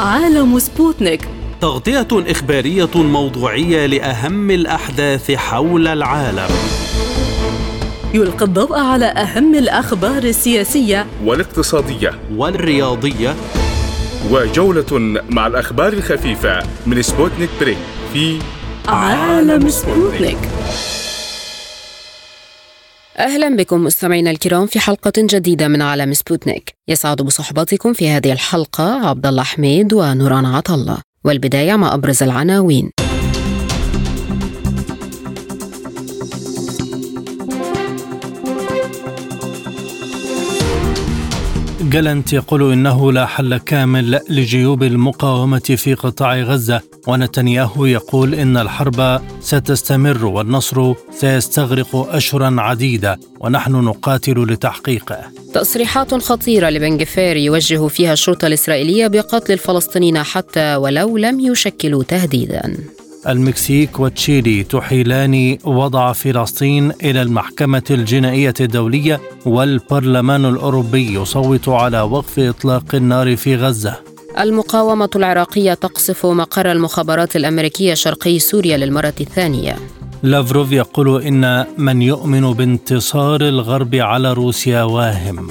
عالم سبوتنيك، تغطية إخبارية موضوعية لأهم الأحداث حول العالم. يلقي الضوء على أهم الأخبار السياسية والاقتصادية والرياضية، وجولة مع الأخبار الخفيفة من سبوتنيك بريك في عالم سبوتنيك. أهلا بكم مستمعينا الكرام في حلقة جديدة من عالم سبوتنيك. يسعد بصحبتكم في هذه الحلقة عبد الله حميد ونوران عطلة، والبداية مع أبرز العناوين. جالنت يقول إنه لا حل كامل لجيوب المقاومة في قطاع غزة، ونتنياهو يقول إن الحرب ستستمر والنصر سيستغرق أشهرا عديدة ونحن نقاتل لتحقيقه. تصريحات خطيرة لبن غفير يوجه فيها الشرطة الإسرائيلية بقتل الفلسطينيين حتى ولو لم يشكلوا تهديدا. المكسيك وتشيلي تحيلان وضع فلسطين إلى المحكمة الجنائية الدولية، والبرلمان الأوروبي يصوت على وقف إطلاق النار في غزة. المقاومة العراقية تقصف مقر المخابرات الأمريكية شرقي سوريا للمرة الثانية. لافروف يقول إن من يؤمن بانتصار الغرب على روسيا واهم.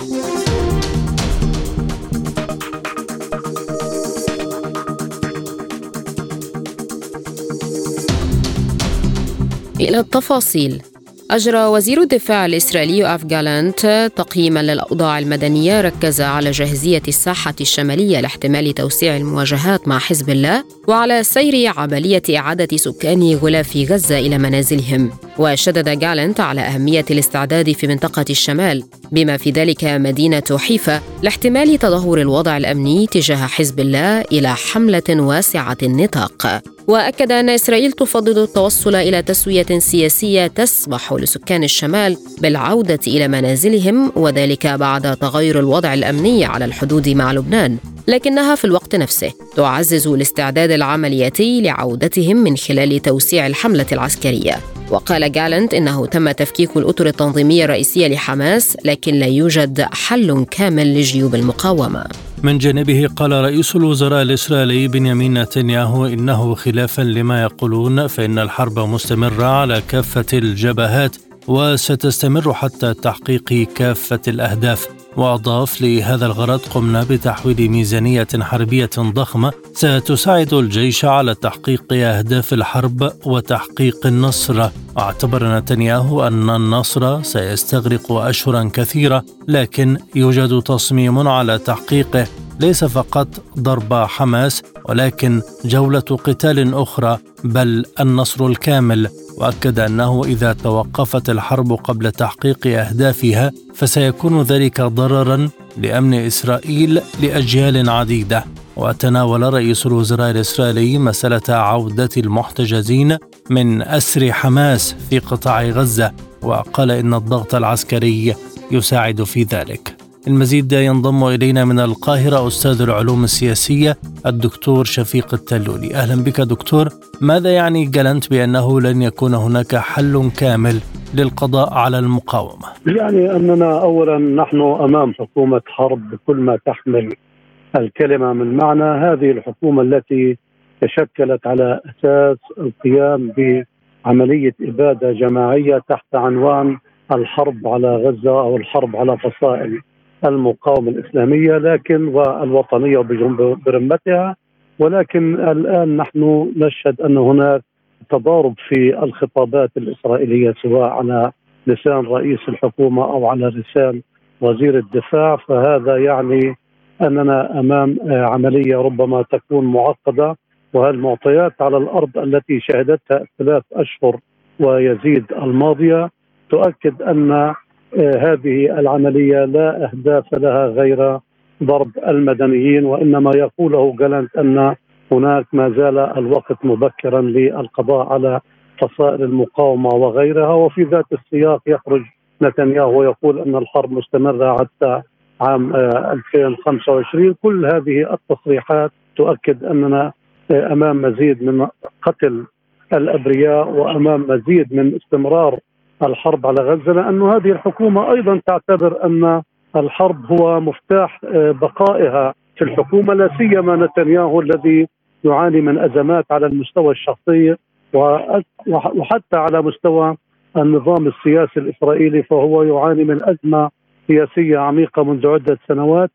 إلى التفاصيل. أجرى وزير الدفاع الإسرائيلي يوآف جالنت تقييما للأوضاع المدنية ركز على جاهزية الساحة الشمالية لاحتمال توسيع المواجهات مع حزب الله، وعلى سير عملية إعادة سكان غلاف غزة إلى منازلهم. وشدد جالنت على أهمية الاستعداد في منطقة الشمال بما في ذلك مدينة حيفا لاحتمال تدهور الوضع الأمني تجاه حزب الله إلى حملة واسعة النطاق. وأكد أن إسرائيل تفضل التوصل إلى تسوية سياسية تسمح لسكان الشمال بالعودة إلى منازلهم، وذلك بعد تغير الوضع الأمني على الحدود مع لبنان، لكنها في الوقت نفسه تعزز الاستعداد العملياتي لعودتهم من خلال توسيع الحملة العسكرية. وقال جالنت إنه تم تفكيك الأطر التنظيمية الرئيسية لحماس، لكن لا يوجد حل كامل لجيوب المقاومة. من جانبه قال رئيس الوزراء الإسرائيلي بنيامين نتنياهو إنه خلافا لما يقولون فإن الحرب مستمرة على كافة الجبهات وستستمر حتى تحقيق كافة الأهداف. وأضاف: لهذا الغرض قمنا بتحويل ميزانية حربية ضخمة ستساعد الجيش على تحقيق أهداف الحرب وتحقيق النصر. واعتبر نتنياهو أن النصر سيستغرق أشهرا كثيرة، لكن يوجد تصميم على تحقيقه، ليس فقط ضرب حماس ولكن جولة قتال أخرى، بل النصر الكامل. وأكد أنه إذا توقفت الحرب قبل تحقيق أهدافها فسيكون ذلك ضررا لأمن إسرائيل لأجيال عديدة. وتناول رئيس الوزراء الإسرائيلي مسألة عودة المحتجزين من أسر حماس في قطاع غزة، وقال إن الضغط العسكري يساعد في ذلك. المزيد ينضم إلينا من القاهرة أستاذ العلوم السياسية الدكتور شفيق التلولي. أهلا بك دكتور. ماذا يعني جالنت بأنه لن يكون هناك حل كامل للقضاء على المقاومة؟ يعني أننا أولا نحن أمام حكومة حرب بكل ما تحمل الكلمة من معنى. هذه الحكومة التي تشكلت على أساس القيام بعملية إبادة جماعية تحت عنوان الحرب على غزة أو الحرب على فصائل المقاومة الإسلامية لكن والوطنية برمتها. ولكن الآن نحن نشهد أن هناك تضارب في الخطابات الإسرائيلية سواء على لسان رئيس الحكومة أو على لسان وزير الدفاع، فهذا يعني أننا أمام عملية ربما تكون معقدة. والمعطيات على الأرض التي شهدتها 3 أشهر ويزيد الماضية تؤكد أن هذه العملية لا أهداف لها غير ضرب المدنيين، وإنما يقوله جالنت أن هناك ما زال الوقت مبكرا للقضاء على فصائل المقاومة وغيرها. وفي ذات السياق يخرج نتنياهو ويقول أن الحرب مستمرة حتى عام 2025. كل هذه التصريحات تؤكد أننا أمام مزيد من قتل الأبرياء وأمام مزيد من استمرار الحرب على غزة، لأن هذه الحكومة أيضا تعتبر أن الحرب هو مفتاح بقائها في الحكومة، لا سيما نتنياهو الذي يعاني من أزمات على المستوى الشخصي وحتى على مستوى النظام السياسي الإسرائيلي، فهو يعاني من أزمة سياسية عميقة منذ عدة سنوات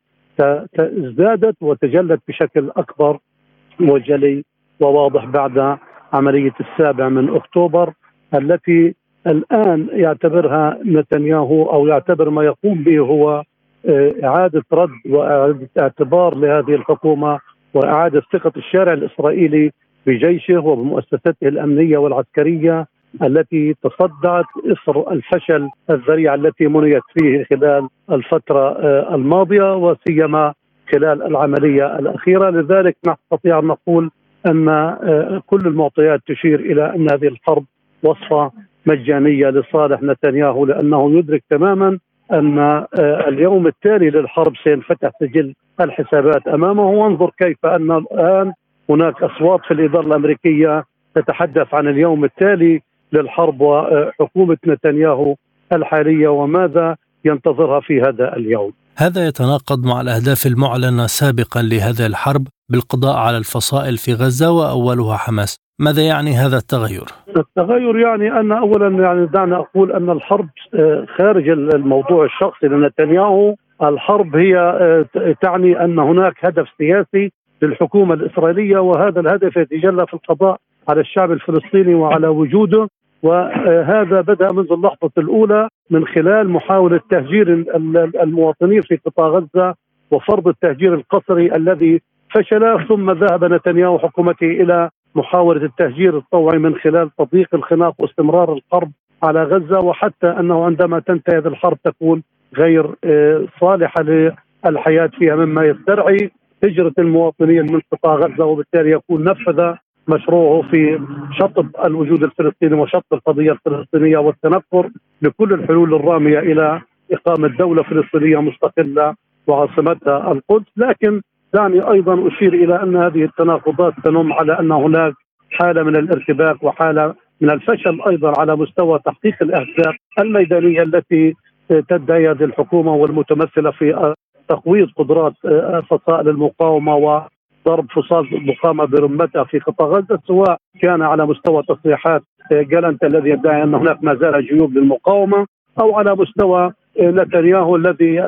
ازدادت وتجلت بشكل أكبر وجلي وواضح بعد عملية 7 أكتوبر التي الآن يعتبرها نتنياهو أو يعتبر ما يقوم به هو إعادة رد وإعادة اعتبار لهذه الحكومة وإعادة ثقة الشارع الإسرائيلي بجيشه وبمؤسساته الأمنية والعسكرية التي تصدعت إثر الفشل الذريع التي منيت فيه خلال الفترة الماضية وسيما خلال العملية الأخيرة. لذلك نستطيع أن نقول أن كل المعطيات تشير إلى أن هذه الحرب وصفة مجانية لصالح نتنياهو، لأنه يدرك تماما أن اليوم التالي للحرب سينفتح سجل الحسابات أمامه. وانظر كيف أن الآن هناك أصوات في الإدارة الأمريكية تتحدث عن اليوم التالي للحرب وحكومة نتنياهو الحالية وماذا ينتظرها في هذا اليوم. هذا يتناقض مع الأهداف المعلنة سابقا لهذه الحرب بالقضاء على الفصائل في غزة وأولها حماس. ماذا يعني هذا التغير؟ التغير يعني أن أولا دعنا أقول أن الحرب خارج الموضوع الشخصي لنتنياهو. الحرب هي تعني أن هناك هدف سياسي للحكومة الإسرائيلية، وهذا الهدف يتجلى في القضاء على الشعب الفلسطيني وعلى وجوده، وهذا بدأ منذ اللحظة الأولى من خلال محاولة تهجير المواطنين في قطاع غزة وفرض التهجير القسري الذي فشل، ثم ذهب نتنياهو وحكومته إلى محاولة التهجير الطوعي من خلال تضييق الخناق واستمرار الحرب على غزة، وحتى أنه عندما تنتهي هذه الحرب تكون غير صالحة للحياة فيها مما يستدعي هجرة المواطنين من قطاع غزة، وبالتالي يكون نفذ مشروعه في شطب الوجود الفلسطيني وشطب القضية الفلسطينية والتنفر لكل الحلول الرامية إلى إقامة دولة فلسطينية مستقلة وعاصمتها القدس. لكن دعني أيضا أشير إلى أن هذه التناقضات تنم على أن هناك حالة من الارتباك وحالة من الفشل أيضا على مستوى تحقيق الأهداف الميدانية التي تدعي هذه الحكومة والمتمثلة في تقويض قدرات فصائل المقاومة وضرب فصائل المقاومة برمتها في قطاع غزة، سواء كان على مستوى تصريحات جالنت الذي يدعي أن هناك ما زال جيوب للمقاومة، أو على مستوى نتنياهو الذي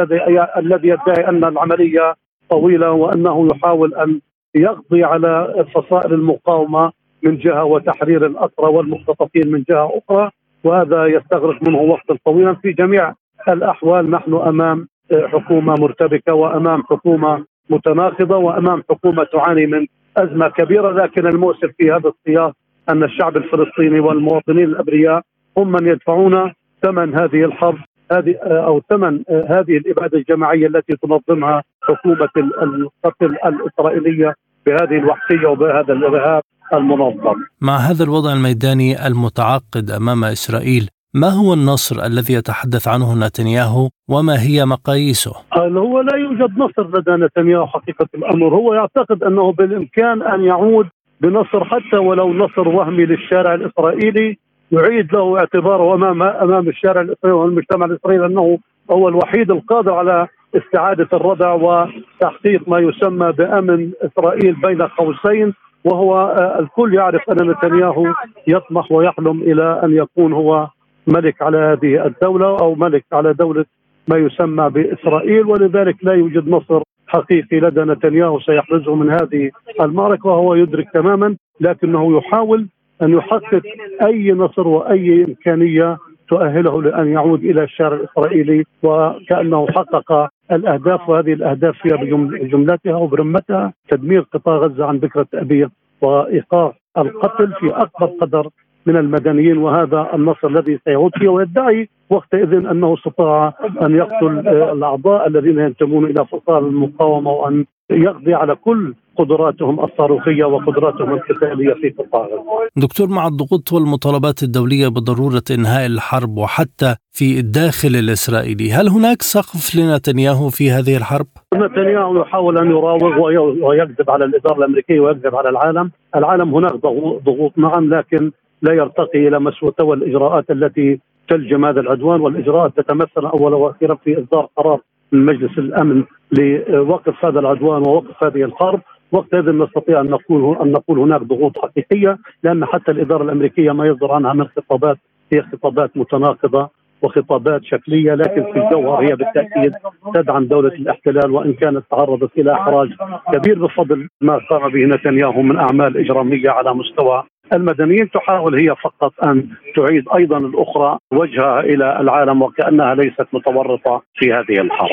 يدعي أن العملية طويلة وأنه يحاول أن يقضي على فصائل المقاومة من جهة وتحرير الأسرى والمختطفين من جهة أخرى، وهذا يستغرق منه وقتا طويلا. في جميع الأحوال نحن أمام حكومة مرتبكة وأمام حكومة متناقضة وأمام حكومة تعاني من أزمة كبيرة، لكن المؤسف في هذا السياق أن الشعب الفلسطيني والمواطنين الأبرياء هم من يدفعون ثمن هذه الحرب أو ثمن هذه الإبادة الجماعية التي تنظمها حكومة القتل الإسرائيلية بهذه الوحشية وبهذا الإرهاب المنظم. مع هذا الوضع الميداني المتعقد أمام إسرائيل، ما هو النصر الذي يتحدث عنه نتنياهو وما هي مقاييسه؟ هو لا يوجد نصر لدى نتنياهو حقيقة الأمر. هو يعتقد أنه بالإمكان أن يعود بنصر حتى ولو نصر وهمي للشارع الإسرائيلي، يعيد له اعتباره أمام الشارع الإسرائيلي والمجتمع الإسرائيلي أنه هو الوحيد القادر على استعادة الردع وتحقيق ما يسمى بأمن إسرائيل بين قوسين. وهو الكل يعرف أن نتنياهو يطمح ويحلم إلى أن يكون هو ملك على هذه الدولة أو ملك على دولة ما يسمى بإسرائيل، ولذلك لا يوجد نصر حقيقي لدى نتنياهو سيحرزه من هذه المعركة وهو يدرك تماما، لكنه يحاول أن يحقق أي نصر وأي إمكانية تؤهله لأن يعود إلى الشارع الإسرائيلي وكأنه حقق الأهداف، وهذه الأهداف فيها بجملتها وبرمتها تدمير قطاع غزة عن بكرة أبيه وإيقاف القتل في أكبر قدر من المدنيين، وهذا النصر الذي سيعود فيه. ويدعي وقتئذ أنه استطاع أن يقتل الأعضاء الذين ينتمون إلى فصائل المقاومة وأن يقضي على كل قدراتهم الصاروخية وقدراتهم القتالية في قطاع غزة. دكتور، مع الضغوط والمطالبات الدولية بضرورة إنهاء الحرب وحتى في الداخل الإسرائيلي، هل هناك سقف لنتنياهو في هذه الحرب؟ نتنياهو يحاول أن يراوغ ويكذب على الإدارة الأمريكية ويكذب على العالم. هناك ضغوط نعم، لكن لا يرتقي إلى مستوى الإجراءات التي تلجم هذا العدوان، والإجراءات تتمثل أولا وأخيرا في إصدار قرار من مجلس الأمن لوقف هذا العدوان ووقف هذه الحرب، وقتئذ نستطيع أن نقول هناك ضغوط حقيقية، لأن حتى الإدارة الأمريكية ما يصدر عنها من خطابات هي خطابات متناقضة وخطابات شكلية، لكن في الجوهر هي بالتأكيد تدعم دولة الاحتلال، وإن كانت تعرضت إلى إحراج كبير بفضل ما قام به نتنياهو من أعمال إجرامية على مستوى المدنيين. تحاول هي فقط أن تعيد أيضا الأخرى وجهها إلى العالم وكأنها ليست متورطة في هذه الحرب.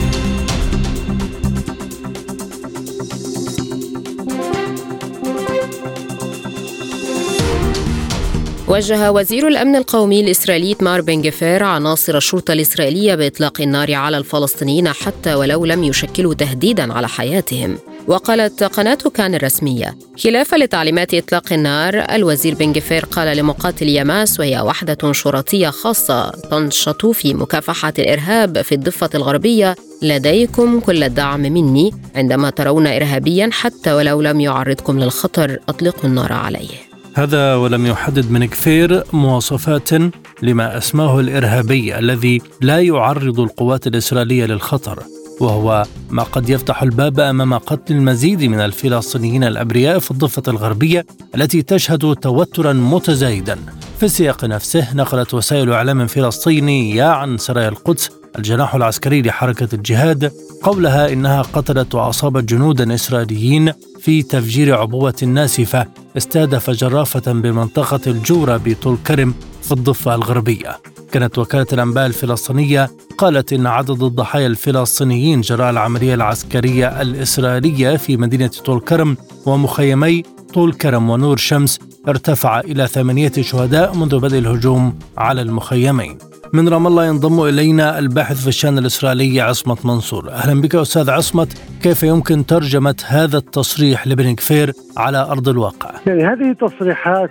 وجه وزير الأمن القومي الإسرائيلي إتمار بن غفير عناصر الشرطة الإسرائيلية بإطلاق النار على الفلسطينيين حتى ولو لم يشكلوا تهديداً على حياتهم. وقالت قناة كان الرسمية خلافاً لتعليمات إطلاق النار، الوزير بن غفير قال لمقاتلي يماس، وهي وحدة شرطية خاصة تنشط في مكافحة الإرهاب في الضفة الغربية: لديكم كل الدعم مني، عندما ترون إرهابياً حتى ولو لم يعرضكم للخطر أطلقوا النار عليه. هذا ولم يحدد بن غفير مواصفات لما أسماه الإرهابي الذي لا يعرض القوات الإسرائيلية للخطر، وهو ما قد يفتح الباب أمام قتل المزيد من الفلسطينيين الأبرياء في الضفة الغربية التي تشهد توترا متزايدا. في السياق نفسه نقلت وسائل إعلام فلسطينية عن سرايا القدس الجناح العسكري لحركة الجهاد قولها إنها قتلت وأصابت جنودا إسرائيليين في تفجير عبوة ناسفة استهدف جرافة بمنطقة الجورة بطول كرم في الضفة الغربية. كانت وكالة الأنباء الفلسطينية قالت إن عدد الضحايا الفلسطينيين جراء العملية العسكرية الإسرائيلية في مدينة طول كرم ومخيمي طول كرم ونور شمس ارتفع إلى 8 شهداء منذ بدء الهجوم على المخيمين. من رام الله ينضم إلينا الباحث في الشأن الإسرائيلي عصمت منصور. أهلا بك أستاذ عصمت، كيف يمكن ترجمة هذا التصريح لبن غفير على أرض الواقع؟ يعني هذه تصريحات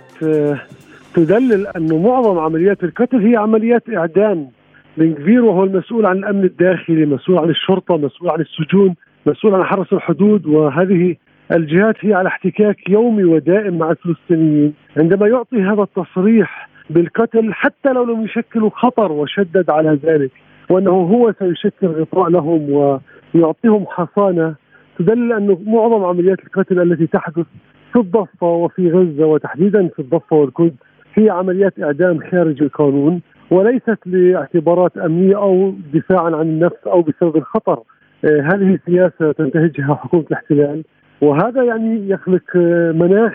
تدلل أن معظم عمليات القتل هي عمليات إعدام. بن غفير وهو المسؤول عن الأمن الداخلي، مسؤول عن الشرطة، مسؤول عن السجون، مسؤول عن حرس الحدود، وهذه الجهات هي على احتكاك يومي ودائم مع الفلسطينيين. عندما يعطي هذا التصريح بالقتل حتى لو لم يشكلوا خطر، وشدد على ذلك وأنه هو سيشكل غطاء لهم ويعطيهم حصانة، تدل أن معظم عمليات القتل التي تحدث في الضفة وفي غزة وتحديدا في الضفة والقدس هي عمليات إعدام خارج القانون، وليست لاعتبارات أمنية أو دفاعا عن النفس أو بسبب الخطر. هذه سياسة تنتهجها حكومة الاحتلال، وهذا يعني يخلق مناخ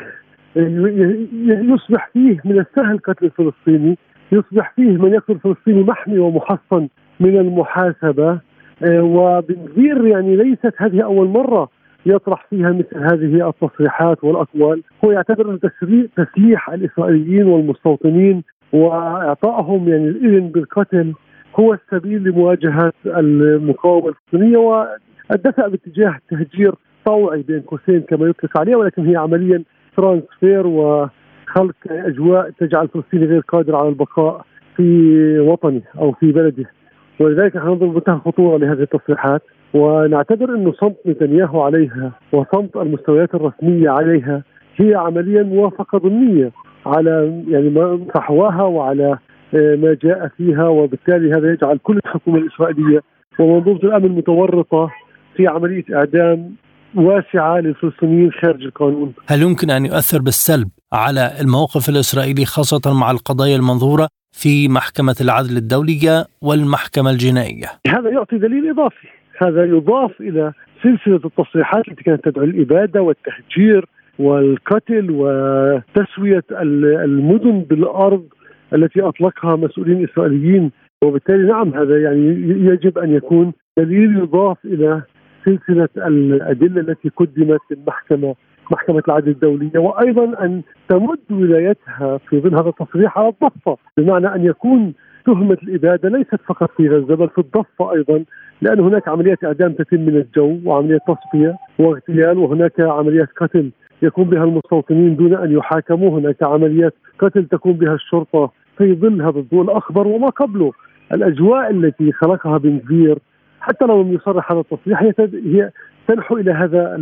يصبح فيه من السهل قتل الفلسطيني، يصبح فيه من يقتل الفلسطيني محمي ومحصن من المحاسبة. وبن غفير يعني ليست هذه أول مرة يطرح فيها مثل هذه التصريحات والأقوال. هو يعتبر أن تسليح الإسرائيليين والمستوطنين وإعطائهم يعني الإذن بالقتل هو السبيل لمواجهة المقاومة الفلسطينية، والدفع باتجاه تهجير طوعي بين قوسين كما يطلق عليه، ولكن هي عمليا ترانسفير وخلق أجواء تجعل الفلسطيني غير قادر على البقاء في وطنه أو في بلده. ولذلك ننظر بمنتهى الخطورة لهذه التصريحات، ونعتبر أنه صمت نتنياهو عليها وصمت المستويات الرسمية عليها هي عمليا موافقة ضمنية على يعني فحواها وعلى ما جاء فيها، وبالتالي هذا يجعل كل الحكومة الإسرائيلية ومنظومة الأمن متورطة في عملية إعدام واسعة للفلسطينيين خارج القانون. هل يمكن أن يؤثر بالسلب على الموقف الإسرائيلي خاصة مع القضايا المنظورة في محكمة العدل الدولية والمحكمة الجنائية؟ هذا يعطي دليل إضافي، هذا يضاف إلى سلسلة التصريحات التي كانت تدعو الإبادة والتهجير والقتل وتسوية المدن بالأرض التي أطلقها مسؤولين إسرائيليين. وبالتالي نعم هذا يعني يجب أن يكون دليل يضاف إلى سلسلة الأدلة التي قدمت للمحكمة، محكمة العدل الدولية، وأيضا أن تمد ولايتها في ظل هذا التصريح على الضفة، بمعنى أن يكون تهمة الإبادة ليست فقط في غزة بل في الضفة أيضا، لأن هناك عمليات إعدام تتم من الجو وعمليات تصفية واغتيال، وهناك عمليات قتل يقوم بها المستوطنين دون أن يحاكموا، هناك عمليات قتل تقوم بها الشرطة في ظل هذا الضوء الأخضر وما قبله. الأجواء التي خلقها بن غفير حتى لو لم يصرح هذا التصريح هي تنحو إلى هذا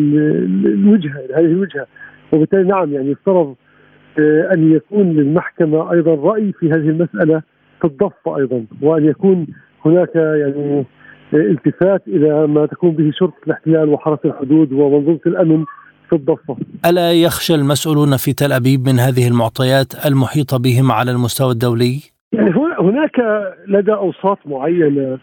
الوجهة، هذه الوجهة. وبالتالي نعم يعني يفترض أن يكون للمحكمة أيضا رأي في هذه المسألة في الضفة أيضا، وأن يكون هناك يعني التفات إلى ما تكون به شرطة الاحتلال وحرس الحدود ومنظومة الأمن في الضفة. ألا يخشى المسؤولون في تل أبيب من هذه المعطيات المحيطة بهم على المستوى الدولي؟ يعني هناك لدى أوساط معينة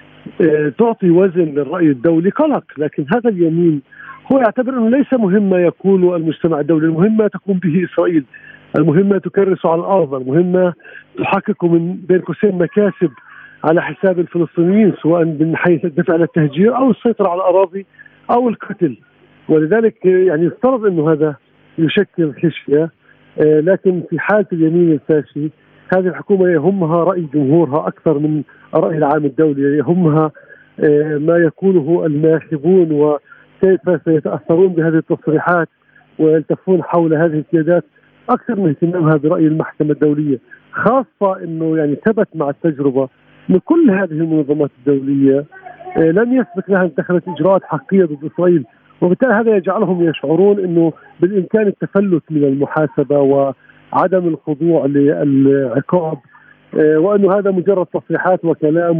تعطي وزن للرأي الدولي قلق، لكن هذا اليمين هو يعتبر أنه ليس مهم ما يقول المجتمع الدولي، المهم ما تقوم به إسرائيل، المهم ما تكرس على الأرض، المهم ما تحقق من بين قوسين مكاسب على حساب الفلسطينيين، سواء من حيث الدفع على التهجير أو السيطرة على الأراضي أو القتل. ولذلك يعني يفترض أنه هذا يشكل خشية، لكن في حالة اليمين الفاشي هذه الحكومة يهمها رأي جمهورها أكثر من الرأي العام الدولي، يهمها ما يقوله الناخبون وكيف سيتأثرون بهذه التصريحات ويلتفون حول هذه القيادات أكثر من اهتمامها برأي المحكمة الدولية، خاصة أنه يعني ثبت مع التجربة من كل هذه المنظمات الدولية لم يسبق لها اتخذت إجراءات حقيقية ضد إسرائيل، وبالتالي هذا يجعلهم يشعرون أنه بالإمكان التفلت من المحاسبة وعدم الخضوع للعقاب، وأنه هذا مجرد تصريحات وكلام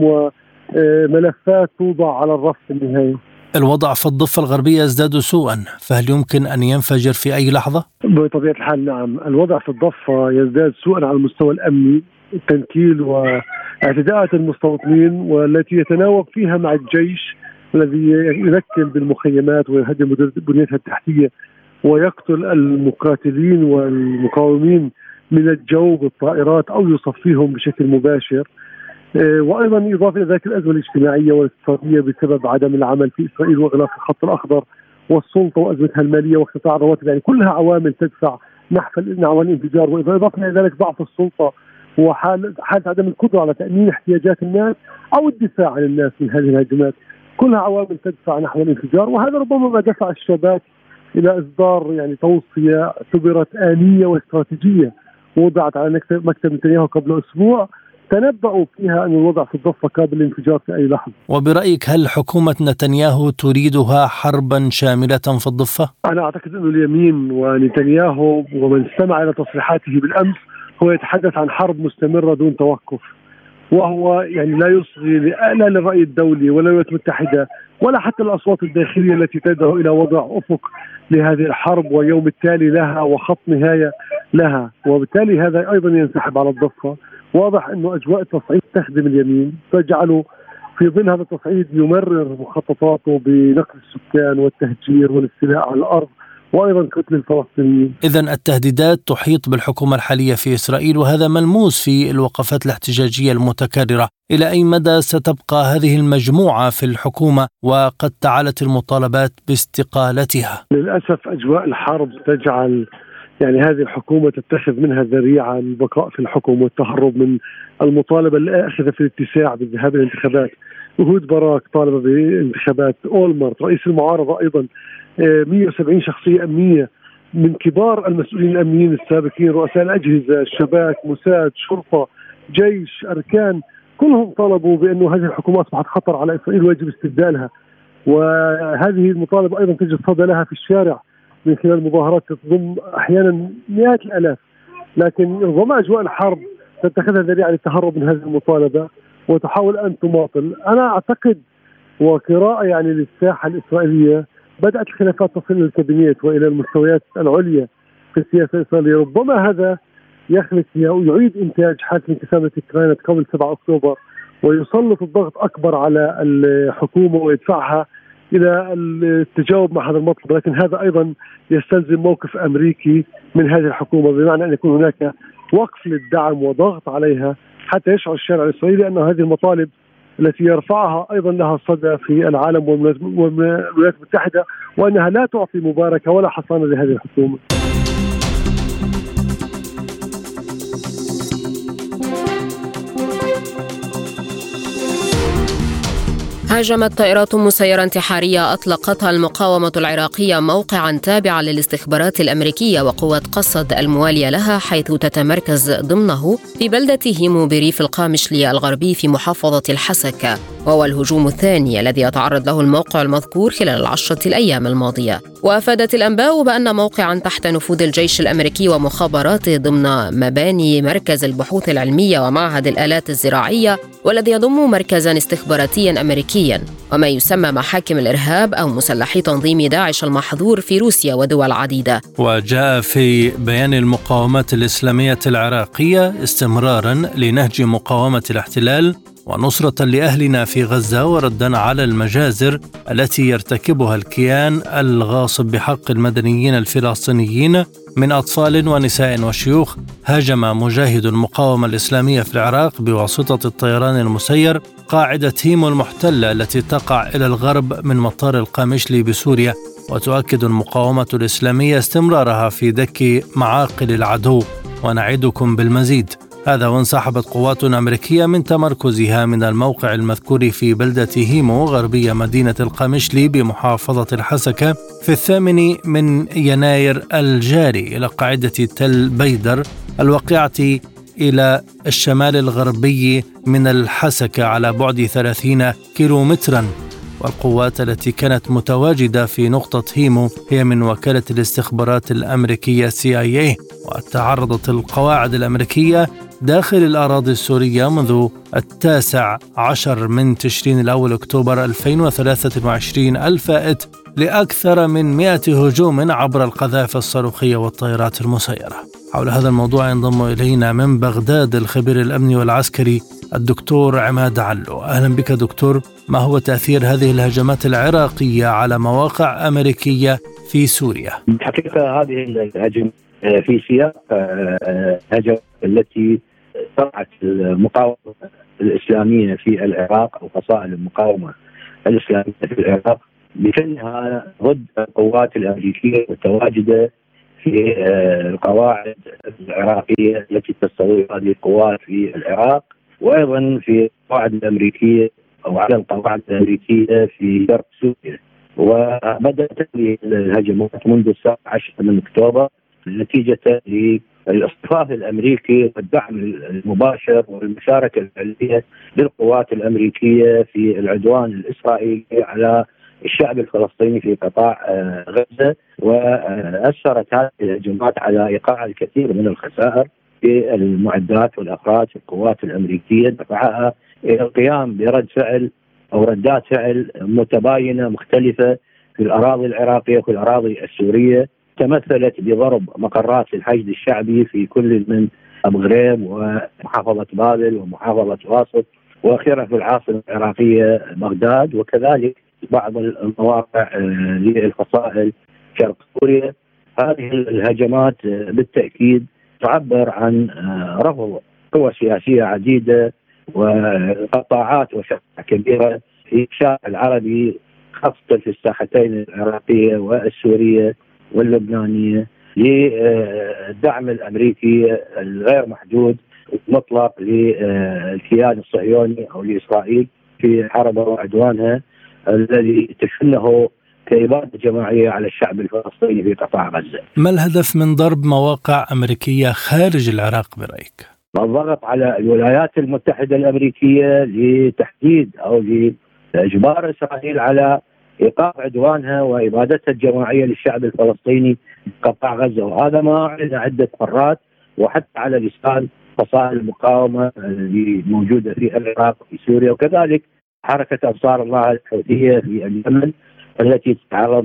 وملفات توضع على الرف في النهاية. الوضع في الضفة الغربية يزداد سوءا، فهل يمكن أن ينفجر في أي لحظة؟ بطبيعة الحال نعم، الوضع في الضفة يزداد سوءا على المستوى الأمني، التنكيل واعتداءات المستوطنين والتي يتناوب فيها مع الجيش الذي ينكل بالمخيمات ويهدم بنيتها التحتية ويقتل المقاتلين والمقاومين من الجو بالطائرات أو يصفيهم بشكل مباشر. وأيضا إضافة إلى ذلك الأزمة الاجتماعية والاقتصادية بسبب عدم العمل في إسرائيل وإغلاق الخط الأحمر والسلطة وأزمتها المالية واقتطاع الرواتب، يعني كلها عوامل تدفع نحو الانفجار. وإضافة إلى ذلك ضعف السلطة وحالة عدم القدرة على تأمين احتياجات الناس أو الدفاع عن الناس من هذه الهجمات، كلها عوامل تدفع نحو الانفجار. وهذا ربما ما دفع الشباب إلى إصدار يعني توصية اعتبرت آنية واستراتيجية وضعت على مكتب نتنياهو قبل أسبوع تنبأوا فيها أن الوضع في الضفة قابل للانفجار في أي لحظة. وبرأيك هل حكومة نتنياهو تريدها حربا شاملة في الضفة؟ أنا أعتقد أن اليمين ونتنياهو ومن استمع إلى تصريحاته بالأمس هو يتحدث عن حرب مستمرة دون توقف، وهو يعني لا يصغي لا للرأي الدولي ولا الولايات المتحدة ولا حتى الأصوات الداخلية التي تدعو إلى وضع أفق لهذه الحرب ويوم التالي لها وخط نهاية لها، وبالتالي هذا أيضا ينسحب على الضفة. واضح أنه أجواء التصعيد تخدم اليمين، تجعله في ظل هذا التصعيد يمرر مخططاته بنقل السكان والتهجير والاستيلاء على الأرض وأيضا قتل الفلسطينيين. إذن التهديدات تحيط بالحكومة الحالية في إسرائيل، وهذا ملموس في الوقفات الاحتجاجية المتكررة. إلى أي مدى ستبقى هذه المجموعة في الحكومة وقد تعالت المطالبات باستقالتها؟ للأسف أجواء الحرب تجعل يعني هذه الحكومة تتخذ منها ذريعة للبقاء في الحكم والتهرب من المطالبة الآخذة في الاتساع بالذهاب إلى الانتخابات. وهود باراك طالب بانتخابات، أولمرت رئيس المعارضة أيضا 170 شخصية أمنية من كبار المسؤولين الأمنيين السابقين، رؤساء الأجهزة، الشباك، موساد، شرطة، جيش، أركان، كلهم طالبوا بأنه هذه الحكومة أصبحت خطر على إسرائيل ويجب استبدالها. وهذه المطالبة أيضا تجد صدى لها في الشارع من خلال مظاهرات تضم أحيانا مئات الآلاف، لكن رغم أجواء الحرب تتخذها ذريعة للتهرب من هذه المطالبة وتحاول أن تماطل. أنا أعتقد وقراءة يعني للساحة الإسرائيلية بدأت الخلافات تصل إلى الكابينيت وإلى المستويات العليا في السياسة الإسرائيلية، ربما هذا يخلق أو يعيد إنتاج حالة الانقسام التي كانت قبل 7 أكتوبر ويسلط الضغط أكبر على الحكومة ويدفعها إلى التجاوب مع هذا المطلب. لكن هذا أيضا يستلزم موقف أمريكي من هذه الحكومة، بمعنى أن يكون هناك وقف للدعم وضغط عليها حتى يشعر الشارع الإسرائيلي أن هذه المطالب التي يرفعها أيضا لها صدى في العالم والولايات المتحدة، وأنها لا تعطي مباركة ولا حصانة لهذه الحكومة. هاجمت طائرات مسيرة انتحارية أطلقتها المقاومة العراقية موقعا تابعا للاستخبارات الأمريكية وقوات قصد الموالية لها، حيث تتمركز ضمنه في بلدة هيمو بريف القامشلي الغربي في محافظة الحسكة، وهو الهجوم الثاني الذي يتعرض له الموقع المذكور خلال 10 الأيام الماضية. وأفادت الأنباء بأن موقعا تحت نفوذ الجيش الأمريكي ومخابراته ضمن مباني مركز البحوث العلمية ومعهد الآلات الزراعية، والذي يضم مركزا استخباراتيا أمريكيا عراقيا، وما يسمى محاكم الإرهاب أو مسلحي تنظيم داعش المحظور في روسيا ودول عديدة. وجاء في بيان المقاومات الإسلامية العراقية استمرارا لنهج مقاومة الاحتلال ونصرة لأهلنا في غزة، وردا على المجازر التي يرتكبها الكيان الغاصب بحق المدنيين الفلسطينيين من أطفال ونساء وشيوخ. هاجم مجاهد المقاومة الإسلامية في العراق بواسطة الطيران المسير قاعدة هيمو المحتلة التي تقع إلى الغرب من مطار القامشلي بسوريا. وتؤكد المقاومة الإسلامية استمرارها في دك معاقل العدو، ونعدكم بالمزيد. هذا وانسحبت قوات أمريكية من تمركزها من الموقع المذكور في بلدة هيمو غربية مدينة القامشلي بمحافظة الحسكة في 8 من يناير الجاري إلى قاعدة تل بيدر الواقعة إلى الشمال الغربي من الحسكة على بعد 30 كيلومترا. والقوات التي كانت متواجدة في نقطة هيمو هي من وكالة الاستخبارات الأمريكية CIA. وتعرضت القواعد الأمريكية داخل الأراضي السورية منذ 19 من تشرين الأول أكتوبر 2023 الفائت لأكثر من 100 هجوم عبر القذائف الصاروخية والطائرات المسيرة. حول هذا الموضوع ينضم إلينا من بغداد الخبير الأمني والعسكري الدكتور عماد علو. أهلا بك دكتور. ما هو تأثير هذه الهجمات العراقية على مواقع أمريكية في سوريا؟ الحقيقة هذه الهجمة في سياق هجمة التي طرحت المقاومة الإسلامية في العراق أو فصائل المقاومة الإسلامية في العراق بكونها ضد القوات الأمريكية المتواجدة في القواعد العراقية التي تستضيف هذه القوات في العراق، وأيضا في القواعد الأمريكية أو على القواعد الأمريكية في شرق سوريا. وبدأت الهجمات منذ 19 من أكتوبر نتيجة للاصطفاف الأمريكي والدعم المباشر والمشاركة الفعلية للقوات الأمريكية في العدوان الإسرائيلي على الشعب الفلسطيني في قطاع غزة. وأثرت هذه الهجمات على إيقاع الكثير من الخسائر في المعدات والأفراد في القوات الأمريكية، دفعها إلى القيام برد فعل أو ردات فعل متباينة مختلفة في الأراضي العراقية وفي الأراضي السورية، تمثلت بضرب مقرات الحشد الشعبي في كل من أبو غريب ومحافظة بابل ومحافظة واسط، وأخيرا في العاصمة العراقية بغداد، وكذلك بعض المواقع للفصائل شرق سوريا. هذه الهجمات بالتأكيد تعبر عن رفض قوى سياسية عديدة وقطاعات وشرائح كبيرة في الشارع العربي، خاصة في الساحتين العراقية والسورية واللبنانية، للدعم الأمريكي الغير محدود مطلق للكيان الصهيوني أو لإسرائيل في حربها وعدوانها الذي تشنه كإبادة جماعية على الشعب الفلسطيني في قطاع غزة. ما الهدف من ضرب مواقع أمريكية خارج العراق برأيك؟ الضغط على الولايات المتحدة الأمريكية لتحديد أو لإجبار إسرائيل على إيقاف عدوانها وإبادتها الجماعية للشعب الفلسطيني في قطاع غزة. وهذا ما أعلن عدة مرات وحتى على لسان فصائل المقاومة اللي موجودة في العراق وفي سوريا، وكذلك حركة أنصار الله الحوثية في اليمن التي تتعرض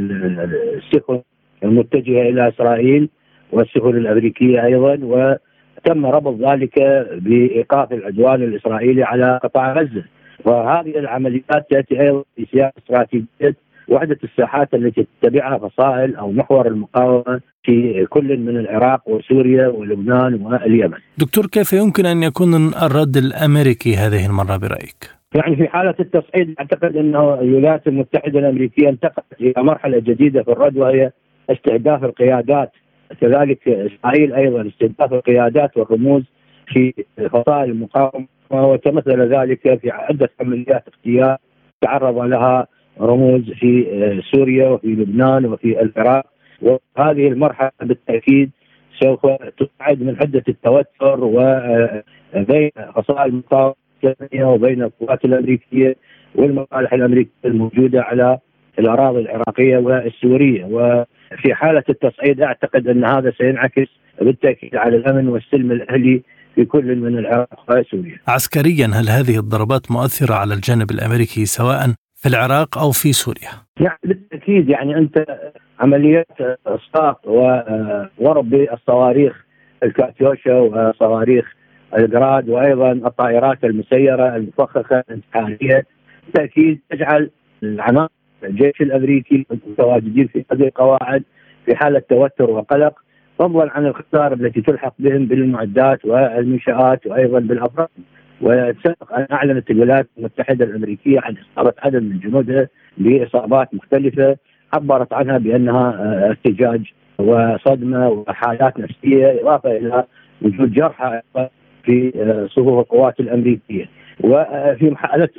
للسفن المتجهة إلى إسرائيل والسفن الأمريكية أيضا، وتم ربط ذلك بإيقاف العدوان الإسرائيلي على قطاع غزة. وهذه العمليات تأتي أيضا في سياق استراتيجية وحدة الساحات التي تتبعها فصائل أو محور المقاومة في كل من العراق وسوريا ولبنان واليمن. دكتور، كيف يمكن أن يكون الرد الأمريكي هذه المرة برأيك؟ يعني في حالة التصعيد أعتقد أن الولايات المتحدة الأمريكية انتقلت إلى مرحلة جديدة في الرد، وهي استهداف القيادات. كذلك إسرائيل أيضا استهداف القيادات والرموز في فصائل المقاومة، وتمثل ذلك في عدة عمليات اغتيال تعرض لها رموز في سوريا وفي لبنان وفي العراق. وهذه المرحلة بالتأكيد سوف تبعد من حدة التوتر وبين فصائل المقاومة وبين القوات الأمريكية والمصالح الأمريكية الموجودة على الأراضي العراقية والسورية. وفي حالة التصعيد أعتقد أن هذا سينعكس بالتأكيد على الأمن والسلم الأهلي في كل من العراق وسوريا. عسكريا هل هذه الضربات مؤثرة على الجانب الأمريكي سواء في العراق أو في سوريا؟ يعني بالتأكيد، يعني أنت عمليات إسقاط وضرب بالصواريخ الكاتيوشا وصواريخ الجراد وأيضا الطائرات المسيرة المفخخة الانتحارية بالتأكيد تجعل العناصر الجيش الأمريكي المتواجدين في هذه القواعد في حالة توتر وقلق، فضلا عن الخسائر التي تلحق بهم بالمعدات والمنشآت وأيضا بالأفراد. وسبق أن أعلنت الولايات المتحدة الأمريكية عن إصابة عدد من جنودها بإصابات مختلفة عبرت عنها بأنها ارتجاج وصدمة وحالات نفسية، إضافة إلى وجود جرحى في صفوف القوات الأمريكية. وفي حالة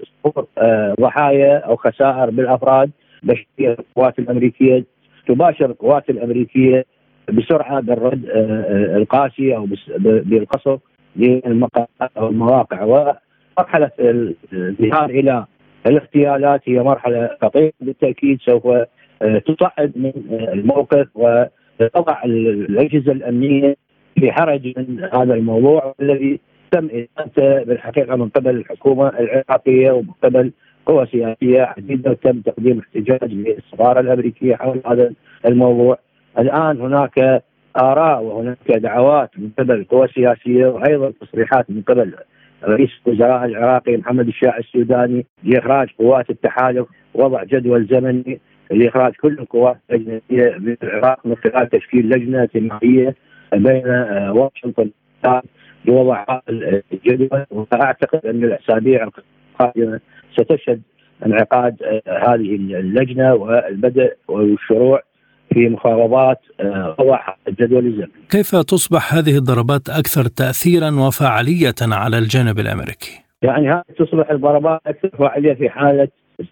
ضحايا أو خسائر بالأفراد بشرية القوات الأمريكية تباشر القوات الأمريكية بسرعة بالرد القاسي أو بالقصف للمقاطع أو المواقع. ومرحلة الانتهاء إلى الاغتيالات هي مرحلة خطيرة بالتأكيد، سوف تصعد من الموقف وتضع الأجهزة الأمنية في حرج من هذا الموضوع الذي تم إدانته بالحقيقة من قبل الحكومة العراقية ومن قبل قوى سياسية عديدة، وتم تقديم احتجاج للسفارة الأمريكية حول هذا الموضوع. الآن هناك آراء وهناك دعوات من قبل القوى السياسية وأيضا تصريحات من قبل رئيس الوزراء العراقي محمد الشاع السوداني لإخراج قوات التحالف، وضع جدول زمني لإخراج كل القوات الأجنبية من العراق من خلال تشكيل لجنة ثنائية بين واشنطن لوضع الجدول. وأعتقد أن الأسابيع القادمة ستشهد انعقاد هذه اللجنة والبدء والشروع في مفاوضات وضع الجدول الزمني. كيف تصبح هذه الضربات أكثر تأثيرا وفاعلية على الجانب الأمريكي؟ يعني هذه تصبح الضربات أكثر فاعلية في حالة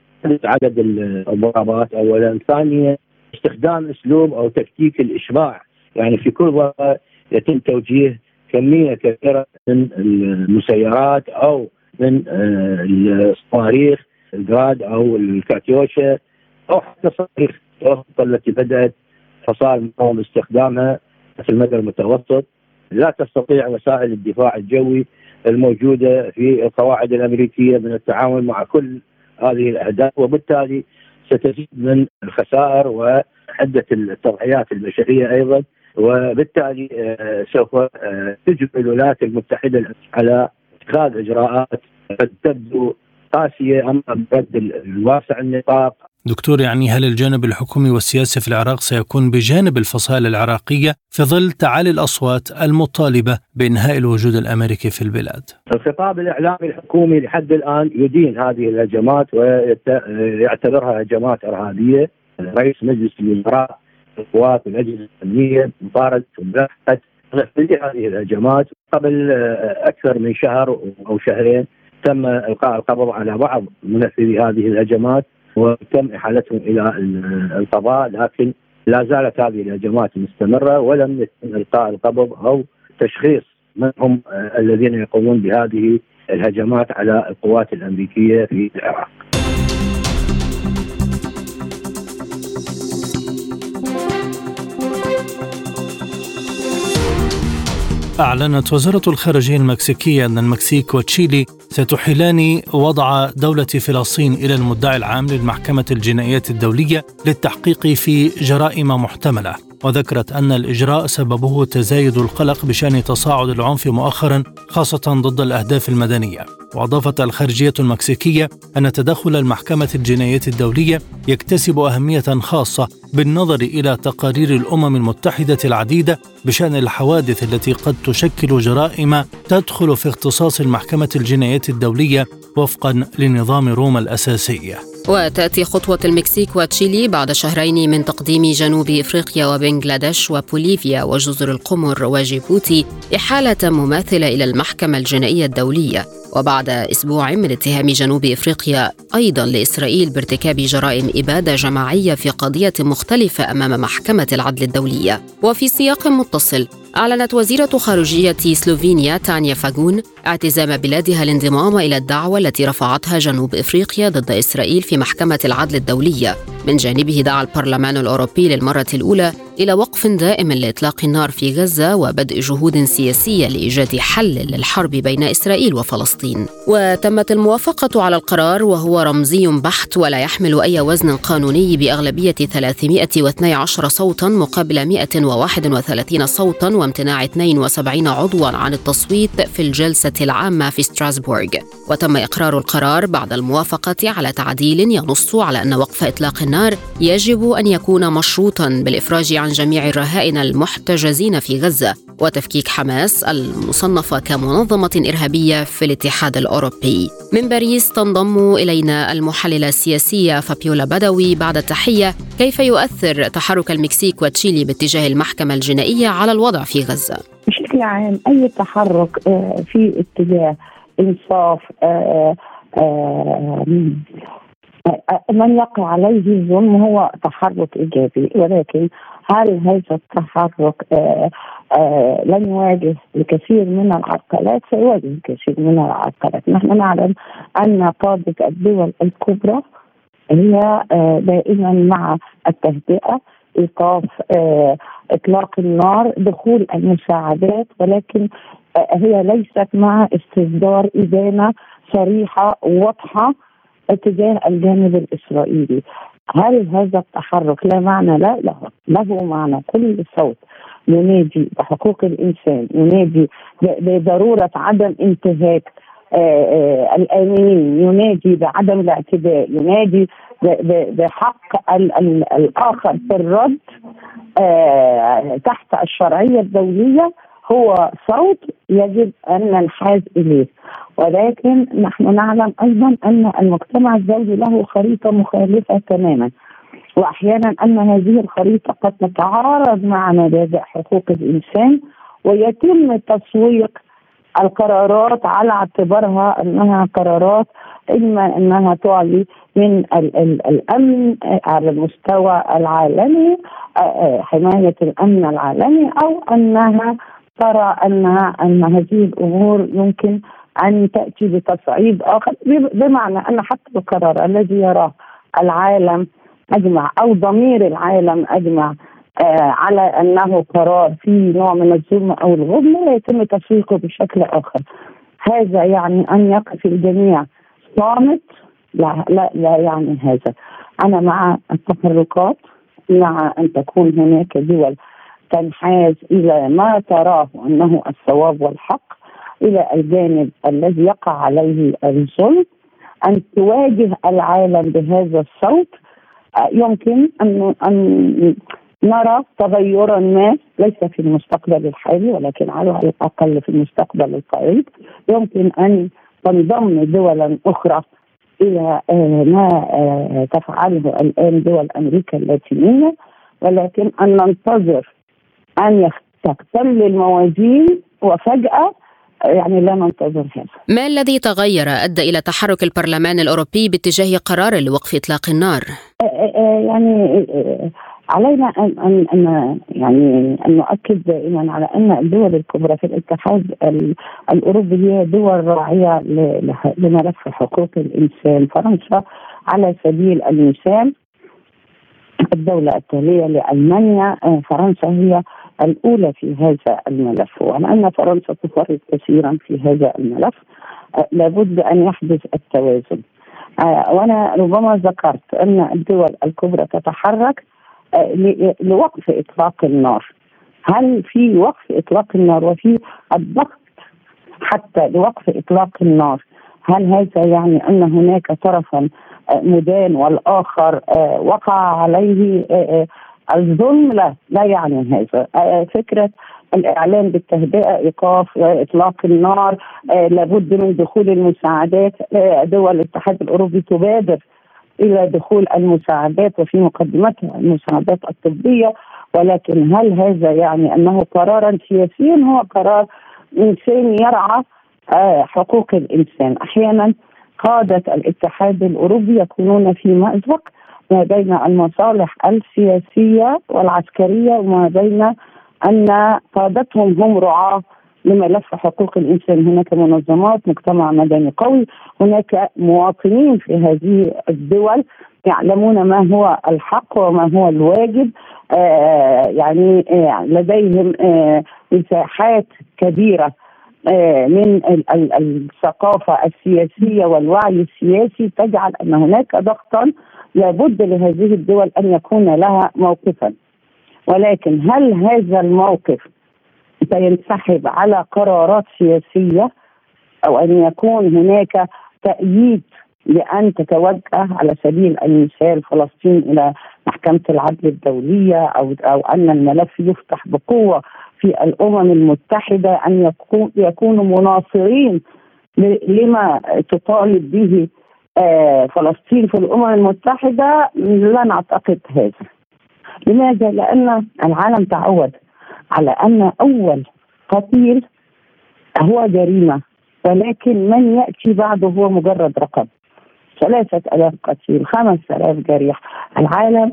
عدد الضربات أولا، ثانيا استخدام أسلوب أو تكتيك الإشباع. يعني في كل ضربة يتم توجيه كمية كبيرة من المسيرات أو من الصواريخ الجراد أو الكاتيوشا أو حتى صواريخ التي بدأت فصار منهم استخدامها في المدى المتوسط. لا تستطيع وسائل الدفاع الجوي الموجودة في القواعد الأمريكية من التعامل مع كل هذه الأهداف، وبالتالي ستزيد من الخسائر وعدة التضحيات البشرية أيضا. وبالتالي سوف تجب الولايات المتحدة على اتخاذ إجراءات قد تبدو قاسية أما الرد الواسع النطاق. دكتور، يعني هل الجانب الحكومي والسياسي في العراق سيكون بجانب الفصائل العراقية في ظل تعالي الأصوات المطالبة بإنهاء الوجود الأمريكي في البلاد؟ الخطاب الإعلامي الحكومي لحد الآن يدين هذه الهجمات ويعتبرها هجمات إرهابية. رئيس مجلس الوزراء القوات والأجهزة الأمنية مطاردة وملاحقة تنفيذ هذه الهجمات. قبل أكثر من شهر أو شهرين تم إلقاء القبض على بعض منفذي هذه الهجمات وتم إحالتهم إلى القضاء، لكن لا زالت هذه الهجمات مستمرة ولم يتم إلقاء القبض أو تشخيص من هم الذين يقومون بهذه الهجمات على القوات الأمريكية في العراق. أعلنت وزارة الخارجية المكسيكية أن المكسيك وتشيلي ستحيلان وضع دولة فلسطين إلى المدعي العام للمحكمة الجنائية الدولية للتحقيق في جرائم محتملة. وذكرت أن الإجراء سببه تزايد القلق بشأن تصاعد العنف مؤخرا خاصة ضد الأهداف المدنية. وأضافت الخارجية المكسيكية أن تدخل المحكمة الجنائية الدولية يكتسب أهمية خاصة بالنظر إلى تقارير الأمم المتحدة العديدة بشأن الحوادث التي قد تشكل جرائم تدخل في اختصاص المحكمة الجنائية الدولية وفقا لنظام روما الأساسي. وتأتي خطوة المكسيك وتشيلي بعد شهرين من تقديم جنوب إفريقيا وبنغلاديش وبوليفيا وجزر القمر وجيبوتي إحالة مماثلة إلى المحكمة الجنائية الدولية، وبعد أسبوع من اتهام جنوب إفريقيا أيضا لإسرائيل بارتكاب جرائم إبادة جماعية في قضية مختلفة أمام محكمة العدل الدولية. وفي سياق متصل، أعلنت وزيرة خارجية سلوفينيا تانيا فاغون اعتزام بلادها الانضمام إلى الدعوة التي رفعتها جنوب إفريقيا ضد إسرائيل في محكمة العدل الدولية. من جانبه دعا البرلمان الأوروبي للمرة الأولى إلى وقف دائم لإطلاق النار في غزة وبدء جهود سياسية لإيجاد حل للحرب بين إسرائيل وفلسطين. وتمت الموافقة على القرار وهو رمزي بحت ولا يحمل أي وزن قانوني بأغلبية 312 صوتا مقابل 131 صوتا وامتناع 72 عضوا عن التصويت في الجلسة العامة في ستراسبورغ. وتم إقرار القرار بعد الموافقة على تعديل ينص على أن وقف إطلاق النار يجب أن يكون مشروطا بالإفراج عن جميع الرهائن المحتجزين في غزة وتفكيك حماس المصنفة كمنظمة إرهابية في الاتحاد الأوروبي. من باريس تنضم إلينا المحللة السياسية فابيولا بدوي. بعد التحية، كيف يؤثر تحرك المكسيك وتشيلي باتجاه المحكمة الجنائية على الوضع في غزة؟ بشكل عام أي تحرك في اتجاه إنصاف من يقع عليه الظلم هو تحرك إيجابي، ولكن هل هذا التحرك لن يواجه الكثير من العرقلات؟ سيواجه الكثير من العرقلات. نحن نعلم أن قادة الدول الكبرى هي دائما مع التهدئة، إيقاف إطلاق النار، دخول المساعدات، ولكن هي ليست مع استصدار إدانة صريحة واضحة اتجاه الجانب الإسرائيلي. هل هذا التحرك لا معنى؟ له معنى. كل صوت ينادي بحقوق الإنسان، ينادي بضرورة عدم انتهاك الآمنين، ينادي بعدم الاعتداء، ينادي بحق الآخر في الرد تحت الشرعية الدولية، هو صوت يجب أن ننحاز إليه. ولكن نحن نعلم أيضا أن المجتمع الدولي له خريطة مخالفة تماما، وأحيانا أن هذه الخريطة قد تتعارض مع مبادئ حقوق الإنسان، ويتم تسويق القرارات على اعتبارها أنها قرارات إما أنها تعلي من الأمن على المستوى العالمي، حماية الأمن العالمي، أو أنها ترى أن هذه الأمور يمكن أن تأتي بتصعيد آخر، بمعنى أن حتى القرار الذي يراه العالم أجمع أو ضمير العالم أجمع على أنه قرار فيه نوع من الظلم أو الغبن، لا يتم تسويقه بشكل آخر. هذا يعني أن يقف الجميع صامت؟ لا يعني هذا. أنا مع التحركات، مع أن تكون هناك دول تنحاز إلى ما تراه أنه الصواب والحق، إلى الجانب الذي يقع عليه الظلم، أن تواجه العالم بهذا الصوت. يمكن أن نرى تغيرا ما، ليس في المستقبل الحالي ولكن على الأقل في المستقبل القريب. يمكن أن تنضم دولا أخرى إلى ما تفعله الآن دول أمريكا اللاتينية، ولكن أن ننتظر أن تختل الموازين وفجأة يعني لا ننتظر هذا. ما الذي تغير أدى إلى تحرك البرلمان الأوروبي باتجاه قرار لوقف إطلاق النار؟ يعني علينا أن نؤكد دائما على أن الدول الكبرى في الاتحاد الأوروبي هي دول راعية لملف حقوق الإنسان. فرنسا على سبيل المثال الدولة التالية لألمانيا، فرنسا هي الأولى في هذا الملف، وأن فرنسا تفرط كثيرا في هذا الملف لابد أن يحدث التوازن. وأنا ربما ذكرت أن الدول الكبرى تتحرك لوقف إطلاق النار. هل في وقف إطلاق النار وفي الضغط حتى لوقف إطلاق النار، هل هذا يعني أن هناك طرفا مدان والآخر وقع عليه الظلم؟ لا يعني هذا. فكرة الإعلان بالتهدئة، إيقاف إطلاق النار، لابد من دخول المساعدات. دول الاتحاد الأوروبي تبادر إلى دخول المساعدات وفي مقدمتها المساعدات الطبية، ولكن هل هذا يعني أنه قرارا سياسيا؟ هو قرار إنساني يرعى حقوق الإنسان. أحيانا قادة الاتحاد الأوروبي يكونون في مأزق ما بين المصالح السياسية والعسكرية، وما بين أن قادتهم هم رعاة لملف حقوق الإنسان. هناك منظمات، مجتمع مدني قوي، هناك مواطنين في هذه الدول يعلمون ما هو الحق وما هو الواجب. يعني لديهم مساحات كبيرة من الثقافة السياسية والوعي السياسي تجعل أن هناك ضغطا لابد لهذه الدول أن يكون لها موقفا. ولكن هل هذا الموقف سينسحب على قرارات سياسية أو أن يكون هناك تأييد لأن تتوجه على سبيل المثال فلسطين إلى محكمة العدل الدولية أو أن الملف يفتح بقوة في الأمم المتحدة، أن يكونوا مناصرين لما تطالب به فلسطين في الأمم المتحدة؟ لا نعتقد هذا. لماذا؟ لأن العالم تعود على أن أول قتيل هو جريمة، ولكن من يأتي بعده هو مجرد رقم. 3000 قتيل، 5000 جريح. العالم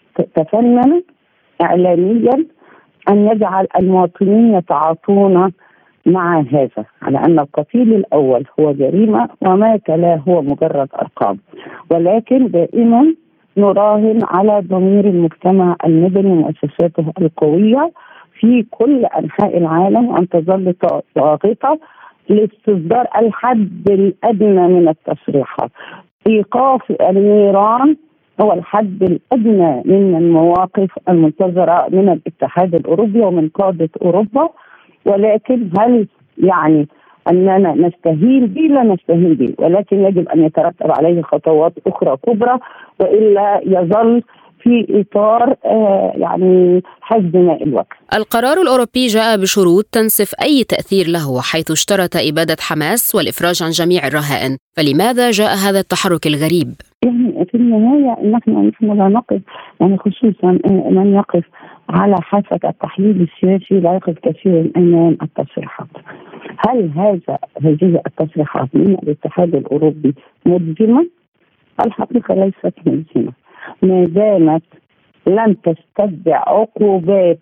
تفنن إعلاميا أن يجعل المواطنين يتعاطون مع هذا، على أن القتيل الأول هو جريمة وما تلاه هو مجرد أرقام. ولكن دائما نراهن على ضمير المجتمع المدني ومؤسساته القوية في كل أنحاء العالم، وأن تظل ضاغطة لاستصدار الحد الأدنى من التصريحات. إيقاف النيران هو الحد الأدنى من المواقف المنتظرة من الاتحاد الأوروبي ومن قادة أوروبا. ولكن هل يعني أننا نستهين به؟ لا نستهين به، ولكن يجب أن يترتب عليه خطوات أخرى كبرى، وإلا يظل في إطار يعني حجز ماء الوقت. القرار الأوروبي جاء بشروط تنسف أي تأثير له، حيث اشترط إبادة حماس والإفراج عن جميع الرهائن. فلماذا جاء هذا التحرك الغريب؟ يعني في النهاية نحن لا نقف، يعني خصوصا من يقف على حافة التحليل السياسي لا يقف كثيرا أمام التصريحات. هل هذه التصريحات من الاتحاد الأوروبي ملزمة؟ الحقيقة ليست ملزمة، ما دامت لم تستتبع عقوبات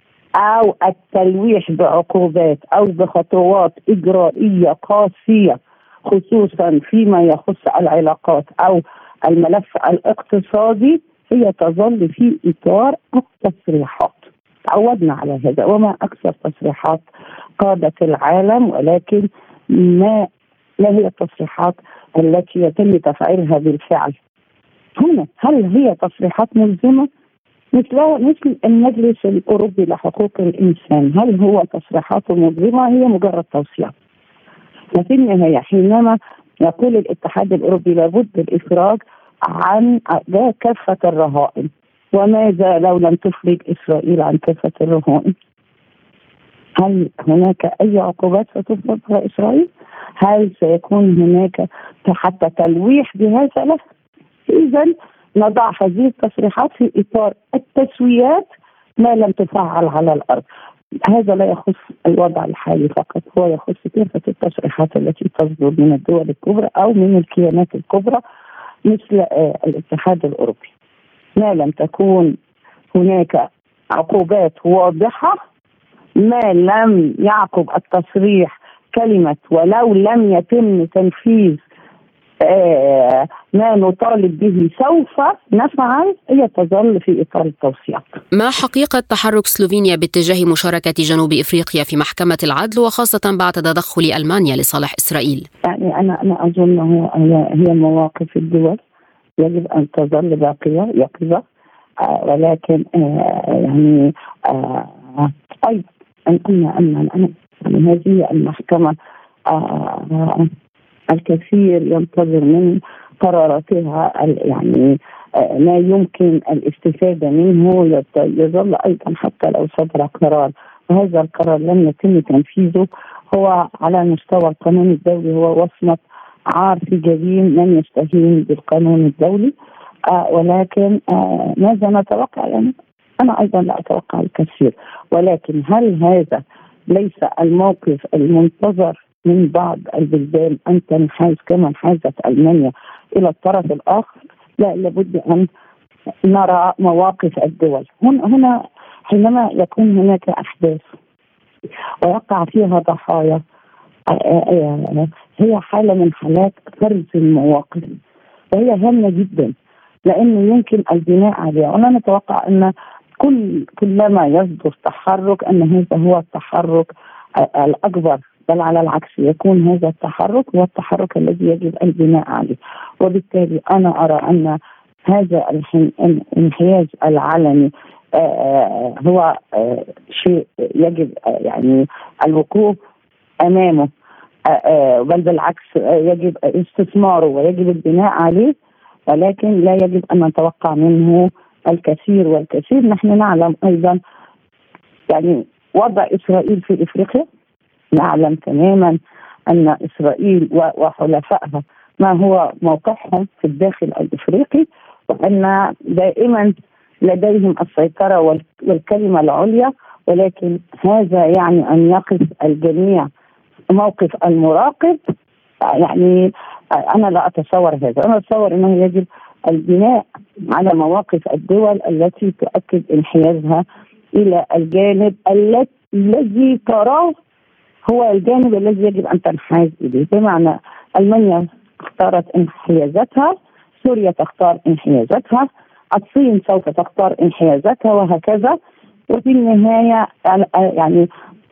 أو التلويح بعقوبات أو بخطوات إجرائية قاسية، خصوصا فيما يخص العلاقات أو الملف الاقتصادي، هي تظل في إطار التصريحات. تعودنا على هذا، وما أكثر تصريحات قادة العالم، ولكن ما هي التصريحات التي يتم تفعيلها بالفعل. هنا هل هي تصريحات ملزمة؟ مثل المجلس الأوروبي لحقوق الإنسان، هل هو تصريحات ملزمة؟ هي مجرد توصيات. وفي النهاية حينما يقول الاتحاد الأوروبي لابد الإفراج عن كافة الرهائن، وماذا لو لم تفرج إسرائيل عن كافة الرهائن؟ هل هناك أي عقوبات ستفرضها إسرائيل؟ هل سيكون هناك حتى تلويح بهذا؟ لا. إذا نضع هذه التصريحات في إطار التسويات ما لم تفعل على الأرض. هذا لا يخص الوضع الحالي فقط، هو يخص كافة التصريحات التي تصدر من الدول الكبرى أو من الكيانات الكبرى مثل الاتحاد الأوروبي. ما لم تكون هناك عقوبات واضحة، ما لم يعقب التصريح كلمة ولو لم يتم تنفيذ ما نطالب به سوف نفعل، هي تظل في إطار التوصيات. ما حقيقة تحرك سلوفينيا باتجاه مشاركة جنوب إفريقيا في محكمة العدل، وخاصة بعد تدخل ألمانيا لصالح إسرائيل؟ يعني أنا أظن هي مواقف الدول يجب أن تظل باقية يقظة، ولكن يعني أيضا أن هذه المحكمة الكثير ينتظر من قراراتها يعني ما يمكن الاستفادة منه. يظل أيضا حتى لو صدر قرار وهذا القرار لم يتم تنفيذه، هو على مستوى القانون الدولي هو وصمة عار في جبين من يستهين بالقانون الدولي. ولكن ماذا نتوقع؟ يعني أنا أيضا لا أتوقع الكثير، ولكن هل هذا ليس الموقف المنتظر من بعض البلدان أن تنحاز كما انحازت ألمانيا إلى الطرف الآخر؟ لا، لابد أن نرى مواقف الدول. هنا حينما يكون هناك أحداث ويقع فيها ضحايا هي حالة من حالات فرز المواقف، وهي هامة جدا لأنه يمكن البناء عليها. وأنا نتوقع أن كلما يصدر تحرك أن هذا هو التحرك الأكبر، بل على العكس يكون هذا التحرك هو التحرك الذي يجب البناء عليه. وبالتالي أنا أرى أن هذا الانحياز العلني هو شيء يجب يعني الوقوف أمامه، بل بالعكس يجب استثماره ويجب البناء عليه، ولكن لا يجب أن نتوقع منه الكثير والكثير. نحن نعلم أيضا يعني وضع إسرائيل في إفريقيا، نعلم تماما أن إسرائيل وحلفائها ما هو موقعهم في الداخل الإفريقي، وأن دائما لديهم السيطرة والكلمة العليا، ولكن هذا يعني أن يقف الجميع موقف المراقب. يعني أنا لا أتصور هذا، أنا أتصور أنه يجب البناء على مواقف الدول التي تؤكد انحيازها إلى الجانب الذي تراه هو الجانب الذي يجب أن تنحاز إليه. بمعنى ألمانيا اختارت انحيازاتها، سوريا تختار انحيازاتها، الصين سوف تختار انحيازاتها، وهكذا. وفي النهاية يعني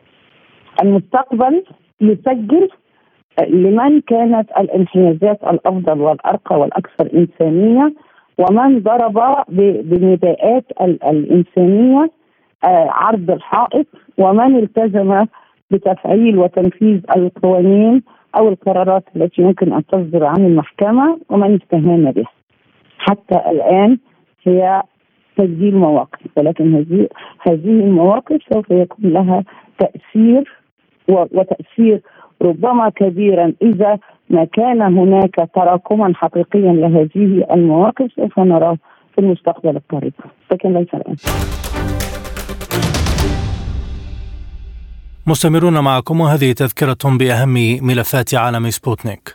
المستقبل يسجل لمن كانت الانحيازات الأفضل والأرقى والأكثر إنسانية، ومن ضرب بنداءات الإنسانية عرض الحائط، ومن التزم بتفعيل وتنفيذ القوانين أو القرارات التي يمكن أن تصدر عن المحكمة، ومن استهان بها. حتى الآن هي تسجيل مواقف، ولكن هذه المواقف سوف يكون لها تأثير وتأثير ربما كبيرا إذا ما كان هناك تراكما حقيقيا لهذه المواقف سوف نراه في المستقبل القريب، لكن ليس الآن. مستمرون معكم، وهذه تذكرة بأهم ملفات عالم سبوتنيك.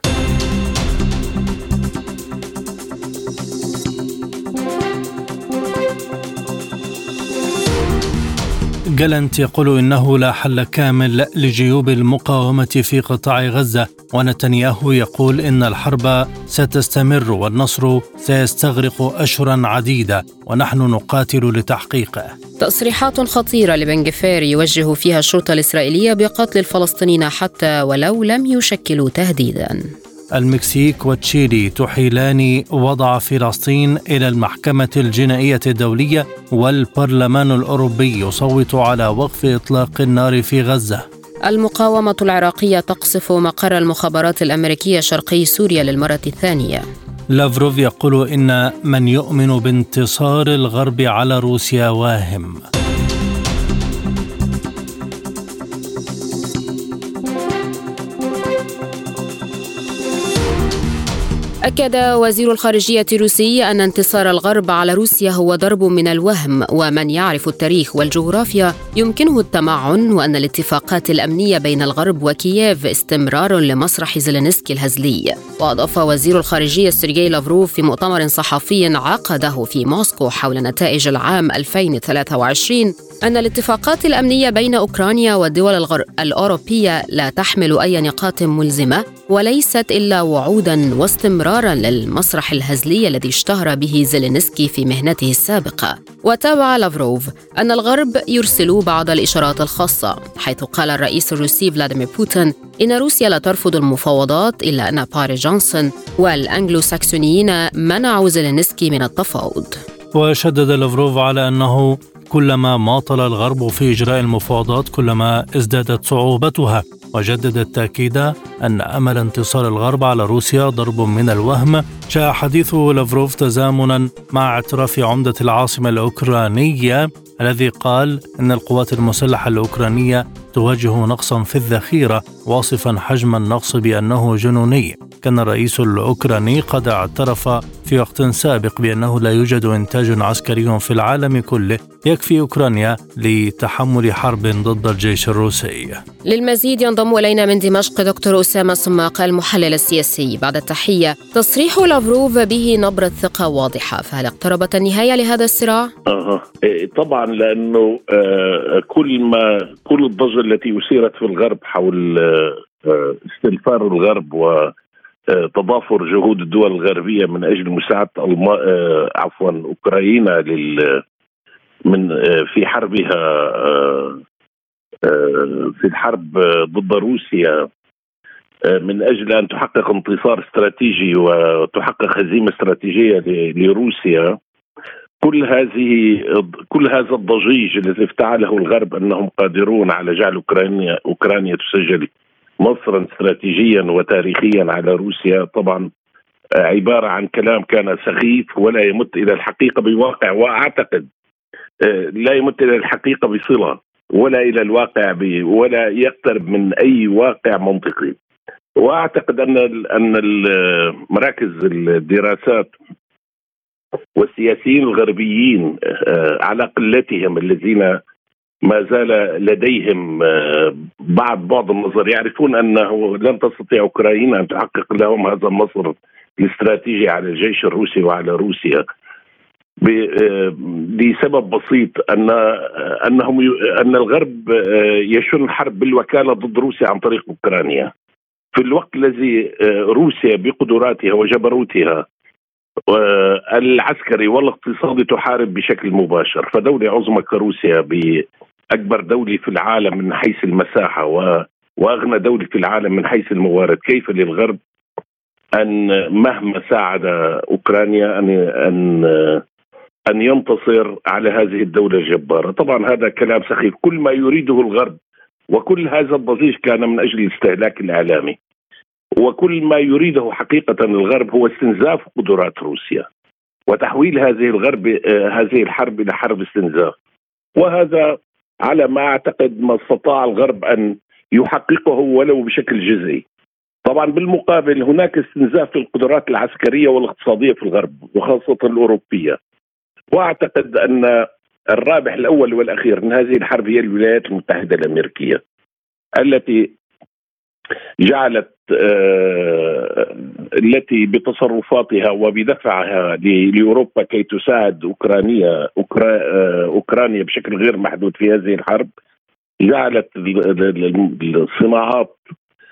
جالنت يقول إنه لا حل كامل لجيوب المقاومة في قطاع غزة، ونتنياهو يقول إن الحرب ستستمر والنصر سيستغرق أشهرا عديدة ونحن نقاتل لتحقيقه. تصريحات خطيرة لبن غفير يوجه فيها الشرطة الإسرائيلية بقتل الفلسطينيين حتى ولو لم يشكلوا تهديدا. المكسيك وتشيلي تحيلان وضع فلسطين إلى المحكمة الجنائية الدولية، والبرلمان الأوروبي يصوت على وقف إطلاق النار في غزة. المقاومة العراقية تقصف مقر المخابرات الأمريكية شرقي سوريا للمرة الثانية. لافروف يقول إن من يؤمن بانتصار الغرب على روسيا واهم. أكد وزير الخارجية الروسي أن انتصار الغرب على روسيا هو ضرب من الوهم، ومن يعرف التاريخ والجغرافيا يمكنه التمعن، وأن الاتفاقات الأمنية بين الغرب وكييف استمرار لمسرح زيلينسكي الهزلي. وأضاف وزير الخارجية سيرجي لافروف في مؤتمر صحفي عقده في موسكو حول نتائج العام 2023 أن الاتفاقات الأمنية بين أوكرانيا والدول الأوروبية لا تحمل أي نقاط ملزمة، وليست إلا وعودا واستمرارا للمسرح الهزلي الذي اشتهر به زيلينسكي في مهنته السابقة. وتابع لافروف أن الغرب يرسل بعض الإشارات الخاصة، حيث قال الرئيس الروسي فلاديمير بوتين إن روسيا لا ترفض المفاوضات، إلا أن باريس جونسون والأنجلو ساكسونيين منعوا زيلينسكي من التفاوض. وشدد لافروف على أنه كلما ماطل الغرب في إجراء المفاوضات كلما ازدادت صعوبتها، وجدد التأكيد أن أمل انتصار الغرب على روسيا ضرب من الوهم. جاء حديث لافروف تزامنا مع اعتراف عمدة العاصمة الأوكرانية الذي قال إن القوات المسلحة الأوكرانية تواجه نقصا في الذخيرة، واصفا حجم النقص بأنه جنوني. كان الرئيس الأوكراني قد اعترف في وقت سابق بأنه لا يوجد إنتاج عسكري في العالم كله يكفي أوكرانيا لتحمل حرب ضد الجيش الروسي. للمزيد ينضم إلينا من دمشق دكتور أسامة صماق المحلل السياسي. بعد التحية، تصريح لافروف به نبرة ثقة واضحة، فهل اقتربت النهاية لهذا الصراع؟ طبعا، لأنه كل الضجة التي أثيرت في الغرب حول استنفار الغرب وتضافر جهود الدول الغربية من أجل مساعدة أوكرانيا في حربها في الحرب ضد روسيا، من أجل أن تحقق انتصار استراتيجي وتحقق هزيمة استراتيجية لروسيا. كل هذا الضجيج الذي افتعله الغرب أنهم قادرون على جعل أوكرانيا تسجل نصرا استراتيجيا وتاريخيا على روسيا، طبعا عبارة عن كلام كان سخيف ولا يمت إلى الحقيقة بواقع، وأعتقد لا يمت إلى الحقيقة بصلة ولا إلى الواقع ولا يقترب من أي واقع منطقي. وأعتقد أن مراكز الدراسات والسياسيين الغربيين على قلتهم الذين ما زال لديهم بعض النظر يعرفون أنه لن تستطيع أوكرانيا أن تحقق لهم هذا النصر الاستراتيجي على الجيش الروسي وعلى روسيا لسبب بسيط، أن الغرب يشن حرب بالوكالة ضد روسيا عن طريق أوكرانيا في الوقت الذي روسيا بقدراتها وجبروتها العسكري والاقتصادي تحارب بشكل مباشر. فدولة عظمى كروسيا بأكبر دولة في العالم من حيث المساحة وأغنى دولة في العالم من حيث الموارد، كيف للغرب أن مهما ساعد أوكرانيا أن ينتصر على هذه الدولة الجبارة؟ طبعا هذا كلام سخيف. كل ما يريده الغرب وكل هذا الضجيج كان من أجل الاستهلاك الإعلامي، وكل ما يريده حقيقة الغرب هو استنزاف قدرات روسيا وتحويل هذه الحرب إلى حرب استنزاف. وهذا على ما أعتقد ما استطاع الغرب أن يحققه ولو بشكل جزئي. طبعا بالمقابل هناك استنزاف للقدرات العسكرية والاقتصادية في الغرب وخاصة الأوروبية. وأعتقد أن الرابح الأول والأخير من هذه الحرب هي الولايات المتحدة الأمريكية، التي التي بتصرفاتها وبدفعها لأوروبا كي تساعد أوكرانيا بشكل غير محدود في هذه الحرب، جعلت الصناعات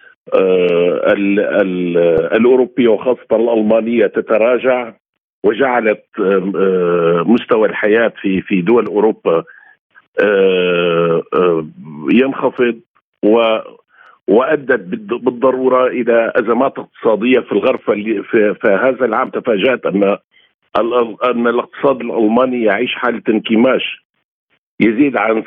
الأوروبية وخاصة الألمانية تتراجع، وجعلت مستوى الحياة في دول أوروبا ينخفض، وأدت بالضرورة إلى أزمات اقتصادية في الغرب. فهذا العام تفاجأت أن الاقتصاد الألماني يعيش حالة انكماش يزيد عن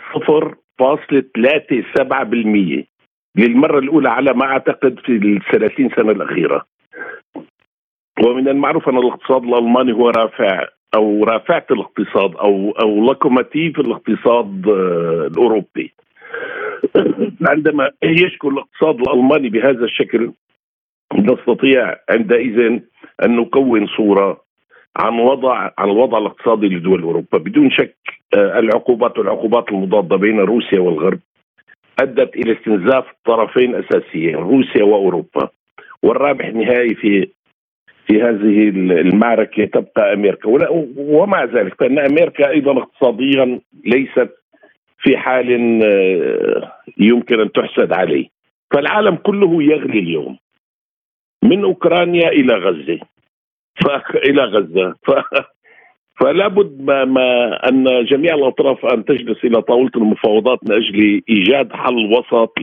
0.37% للمرة الأولى على ما أعتقد في 30 سنة الأخيرة. ومن المعروف أن الاقتصاد الألماني هو رافعة الاقتصاد أو لوكوماتيف الاقتصاد الأوروبي. عندما يشكل الاقتصاد الألماني بهذا الشكل نستطيع عندئذ أن نكون صورة عن الوضع الاقتصادي لدول أوروبا. بدون شك العقوبات المضادة بين روسيا والغرب أدت إلى استنزاف طرفين أساسيين، روسيا وأوروبا، والرابح النهائي في هذه المعركة تبقى أمريكا. ومع ذلك فإن أمريكا أيضا اقتصاديا ليست في حال يمكن أن تحسد عليه. فالعالم كله يغلي اليوم من أوكرانيا إلى غزة فلا بد أن جميع الأطراف أن تجلس إلى طاولة المفاوضات من أجل إيجاد حل وسط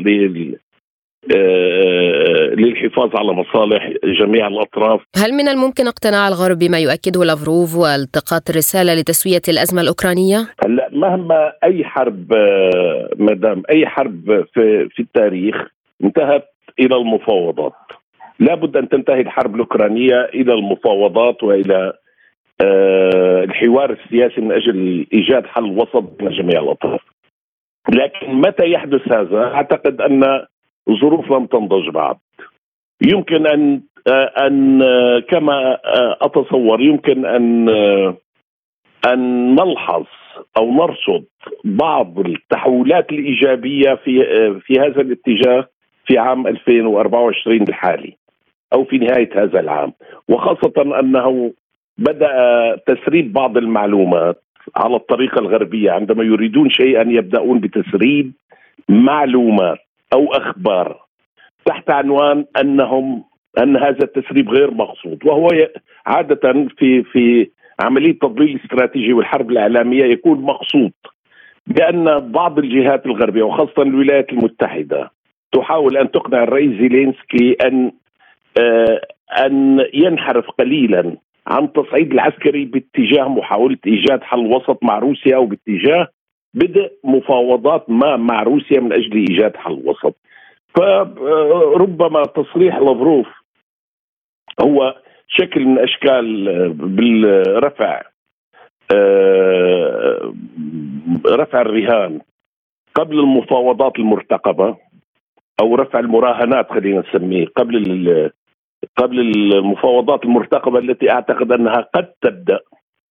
للحفاظ على مصالح جميع الأطراف. هل من الممكن اقتناع الغرب بما يؤكده لافروف والتقاط رسالة لتسوية الأزمة الأوكرانية؟ هلا مهما أي حرب أي حرب في التاريخ انتهت إلى المفاوضات، لابد أن تنتهي الحرب الأوكرانية إلى المفاوضات وإلى الحوار السياسي من أجل إيجاد حل وسط بين جميع الأطراف. لكن متى يحدث هذا؟ أعتقد أن الظروف لم تنضج بعد. يمكن أن كما أتصور يمكن أن نلحظ أو نرصد بعض التحولات الإيجابية في هذا الاتجاه في عام 2024 الحالي أو في نهاية هذا العام، وخاصة أنه بدأ تسريب بعض المعلومات على الطريقة الغربية. عندما يريدون شيئا يبدأون بتسريب معلومات أو أخبار تحت عنوان أن هذا التسريب غير مقصود، وهو عادة في عملية تضليل الاستراتيجي والحرب الإعلامية يكون مقصود، بأن بعض الجهات الغربية وخاصة الولايات المتحدة تحاول أن تقنع الرئيس زيلينسكي أن ينحرف قليلا عن التصعيد العسكري باتجاه محاولة إيجاد حل وسط مع روسيا، أو باتجاه بدء مفاوضات مع روسيا من أجل إيجاد حل وسط. فربما تصريح لافروف هو شكل من أشكال بالرفع رفع الرهان قبل المفاوضات المرتقبة، أو رفع المراهنات خلينا نسميه قبل المفاوضات المرتقبة التي أعتقد أنها قد تبدأ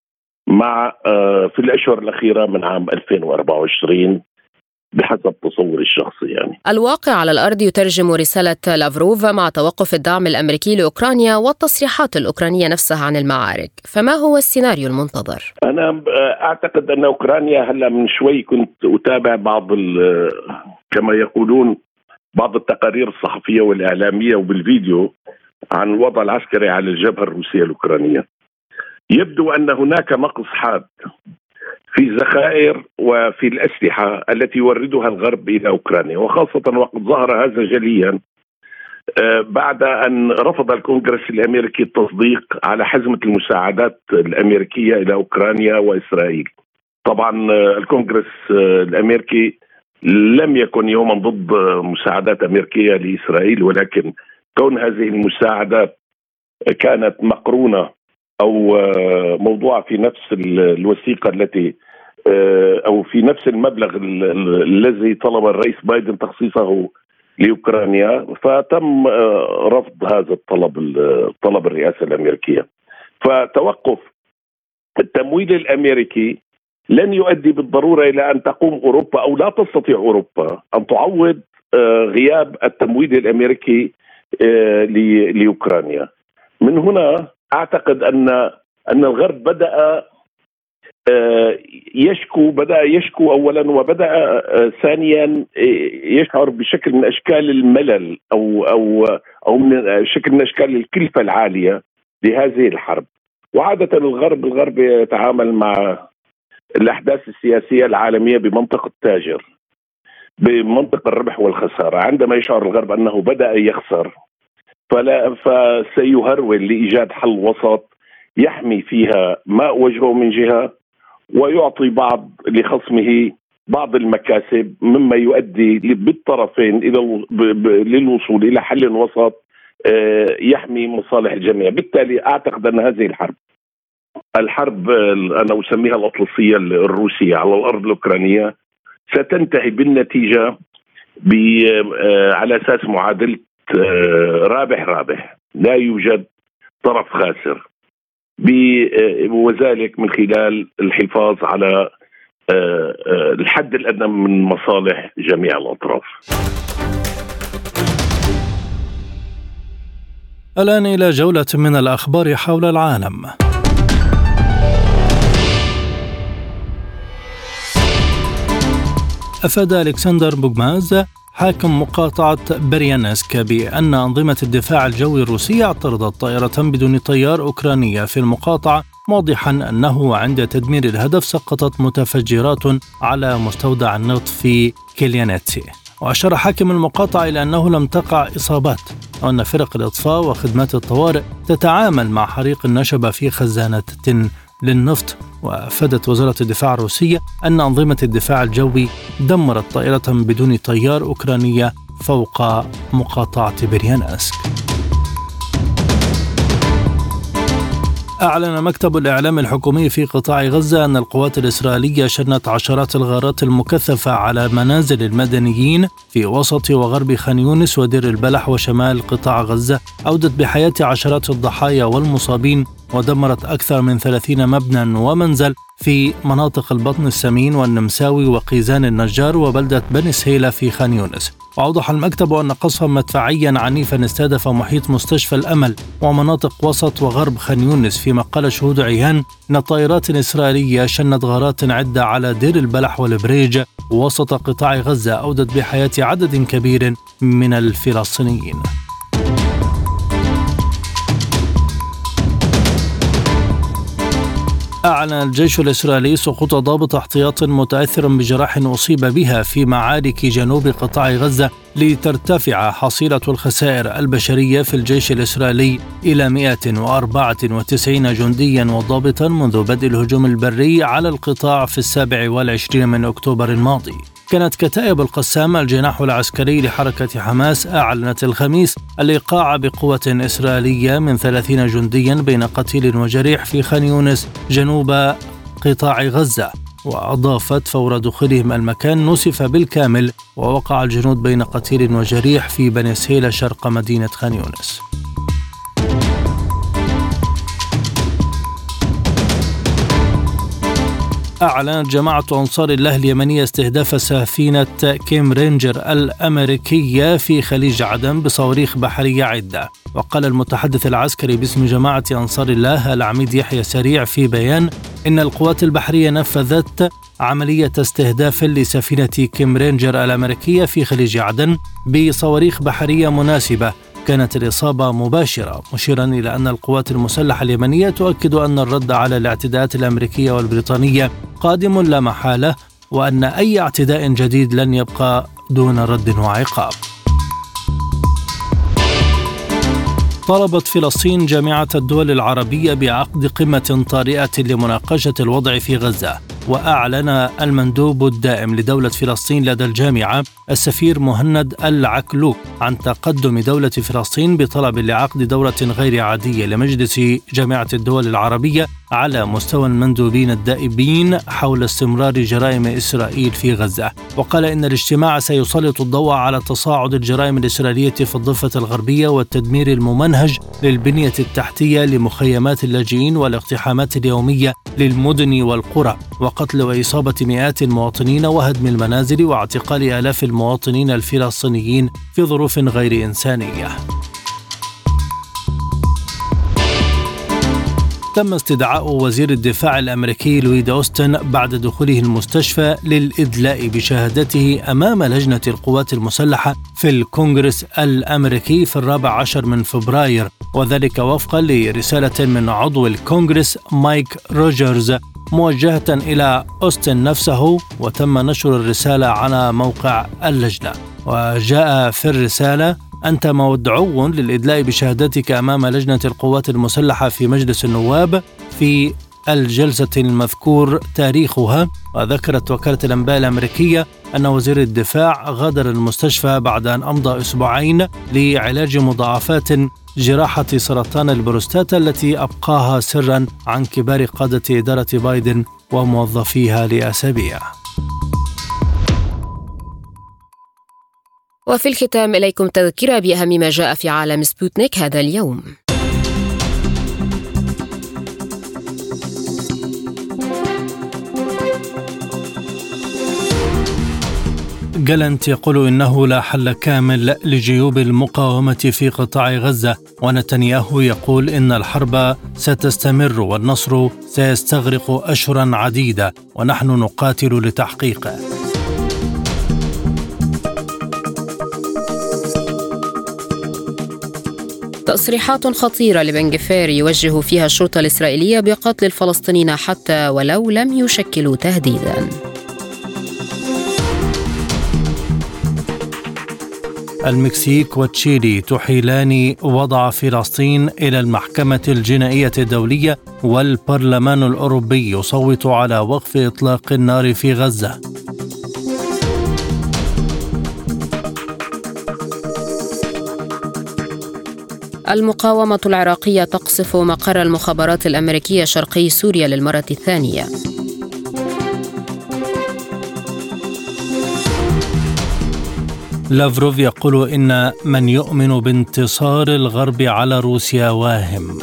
في الأشهر الأخيرة من عام 2024 بحسب تصوري الشخصي. يعني الواقع على الأرض يترجم رسالة لافروف مع توقف الدعم الأمريكي لأوكرانيا والتصريحات الأوكرانية نفسها عن المعارك، فما هو السيناريو المنتظر؟ أنا أعتقد أن أوكرانيا هلا من شوي كنت أتابع كما يقولون بعض التقارير الصحفية والإعلامية وبالفيديو عن الوضع العسكري على الجبهة الروسية الأوكرانية. يبدو أن هناك نقص حاد في الذخائر وفي الأسلحة التي يوردها الغرب إلى أوكرانيا، وخاصة وقد ظهر هذا جليا بعد أن رفض الكونغرس الأمريكي التصديق على حزمة المساعدات الأمريكية إلى أوكرانيا وإسرائيل. طبعا الكونغرس الأمريكي لم يكن يوما ضد مساعدات أمريكية لإسرائيل، ولكن كون هذه المساعدات كانت مقرونة أو موضوعة في نفس الوثيقة التي أو في نفس المبلغ الذي طلب الرئيس بايدن تخصيصه لأوكرانيا، فتم رفض هذا طلب الرئاسة الأمريكية. فتوقف التمويل الأمريكي لن يؤدي بالضرورة إلى أن تقوم أوروبا أو لا تستطيع أوروبا أن تعوض غياب التمويل الأمريكي لأوكرانيا. من هنا أعتقد أن الغرب بدأ يشكو أولا، وبدأ ثانيا يشعر بشكل من أشكال الملل أو من شكل من أشكال الكلفة العالية لهذه الحرب. وعادة الغرب يتعامل مع الأحداث السياسية العالمية بمنطق التاجر، بمنطق الربح والخسارة. عندما يشعر الغرب أنه بدأ يخسر فسيهرول لإيجاد حل وسط يحمي فيها ماء وجهه من جهة، ويعطي لخصمه بعض المكاسب، مما يؤدي بالطرفين للوصول إلى حل وسط يحمي مصالح الجميع. بالتالي أعتقد أن هذه الحرب أنا أسميها الأطلسية الروسية على الأرض الأوكرانية ستنتهي بالنتيجة على أساس معادلة رابح، لا يوجد طرف خاسر، وذلك من خلال الحفاظ على الحد الأدنى من مصالح جميع الأطراف. الآن إلى جولة من الأخبار حول العالم. أفاد ألكسندر بوغماز حاكم مقاطعة بريانسك بأن أنظمة الدفاع الجوي الروسية اعترضت طائرة بدون طيار أوكرانية في المقاطعة، موضحا أنه عند تدمير الهدف سقطت متفجرات على مستودع النفط في كيليانيتسي. وأشار حاكم المقاطعة إلى أنه لم تقع إصابات، وأن فرق الإطفاء وخدمات الطوارئ تتعامل مع حريق النشب في خزانة للنفط. وأفادت وزارة الدفاع الروسية أن أنظمة الدفاع الجوي دمرت طائرة بدون طيار أوكرانية فوق مقاطعة بريانسك. أعلن مكتب الإعلام الحكومي في قطاع غزة أن القوات الإسرائيلية شنت عشرات الغارات المكثفة على منازل المدنيين في وسط وغرب خان يونس ودير البلح وشمال قطاع غزة، أودت بحياة عشرات الضحايا والمصابين، ودمرت أكثر من 30 مبنى ومنزل في مناطق البطن السمين والنمساوي وقيزان النجار وبلدة بني سهيلة في خان يونس. وأوضح المكتب أن قصفا مدفعيا عنيفا استهدف محيط مستشفى الأمل ومناطق وسط وغرب خان يونس، فيما قال شهود عيان أن طائرات إسرائيلية شنت غارات عدة على دير البلح والبريج وسط قطاع غزة، أودت بحياة عدد كبير من الفلسطينيين. أعلن الجيش الإسرائيلي سقوط ضابط احتياط متأثر بجراح أصيب بها في معارك جنوب قطاع غزة، لترتفع حصيلة الخسائر البشرية في الجيش الإسرائيلي إلى 194 جنديا وضابطا منذ بدء الهجوم البري على القطاع في 27 من أكتوبر الماضي. كانت كتائب القسام الجناح العسكري لحركة حماس أعلنت الخميس الإيقاع بقوة إسرائيلية من 30 جنديا بين قتيل وجريح في خان يونس جنوب قطاع غزة، وأضافت فور دخولهم المكان نسف بالكامل، ووقع الجنود بين قتيل وجريح في بني سهيلة شرق مدينة خان يونس. أعلنت جماعة أنصار الله اليمنية استهداف سفينة كيم رينجر الأمريكية في خليج عدن بصواريخ بحرية عدة. وقال المتحدث العسكري باسم جماعة أنصار الله العميد يحيى سريع في بيان إن القوات البحرية نفذت عملية استهداف لسفينة كيم رينجر الأمريكية في خليج عدن بصواريخ بحرية مناسبة، كانت الإصابة مباشرة، مشيرا إلى أن القوات المسلحة اليمنية تؤكد أن الرد على الاعتداءات الأمريكية والبريطانية قادم لا محالة، وأن أي اعتداء جديد لن يبقى دون رد وعقاب. طلبت فلسطين جامعة الدول العربية بعقد قمة طارئة لمناقشة الوضع في غزة. وأعلن المندوب الدائم لدولة فلسطين لدى الجامعة السفير مهند العكلوك عن تقدم دولة فلسطين بطلب لعقد دورة غير عادية لمجلس جامعة الدول العربية على مستوى المندوبين الدائبين حول استمرار جرائم إسرائيل في غزة. وقال إن الاجتماع سيسلط الضوء على تصاعد الجرائم الإسرائيلية في الضفة الغربية والتدمير الممنهج للبنية التحتية لمخيمات اللاجئين والاقتحامات اليومية للمدن والقرى، وقتل وإصابة مئات المواطنين وهدم المنازل واعتقال آلاف المواطنين الفلسطينيين في ظروف غير إنسانية. تم استدعاء وزير الدفاع الأمريكي لويد أوستن بعد دخوله المستشفى للإدلاء بشهادته أمام لجنة القوات المسلحة في الكونغرس الأمريكي في 14 من فبراير، وذلك وفقا لرسالة من عضو الكونغرس مايك روجرز موجهة إلى أوستن نفسه، وتم نشر الرسالة على موقع اللجنة. وجاء في الرسالة: أنت مدعو للإدلاء بشهادتك أمام لجنة القوات المسلحة في مجلس النواب في الجلسة المذكور تاريخها. وذكرت وكالة الأنباء الأمريكية أن وزير الدفاع غادر المستشفى بعد أن أمضى أسبوعين لعلاج مضاعفات جراحة سرطان البروستاتا التي أبقاها سرا عن كبار قادة إدارة بايدن وموظفيها لأسابيع. وفي الختام إليكم تذكرة بأهم ما جاء في عالم سبوتنيك هذا اليوم. جالنت يقول إنه لا حل كامل لجيوب المقاومة في قطاع غزة، ونتنياهو يقول إن الحرب ستستمر والنصر سيستغرق أشهرا عديدة ونحن نقاتل لتحقيقه. تصريحات خطيرة لبن غفير يوجه فيها الشرطة الإسرائيلية بقتل الفلسطينيين حتى ولو لم يشكلوا تهديدا. المكسيك وتشيلي تحيلان وضع فلسطين إلى المحكمة الجنائية الدولية، والبرلمان الأوروبي يصوت على وقف إطلاق النار في غزة. المقاومة العراقية تقصف مقر المخابرات الأمريكية شرقي سوريا للمرة الثانية. لافروف يقول إن من يؤمن بانتصار الغرب على روسيا واهم.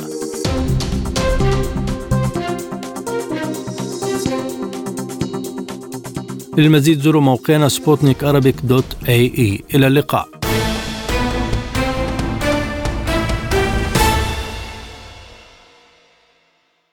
للمزيد زوروا موقعنا sputnikarabic.ae. إلى اللقاء.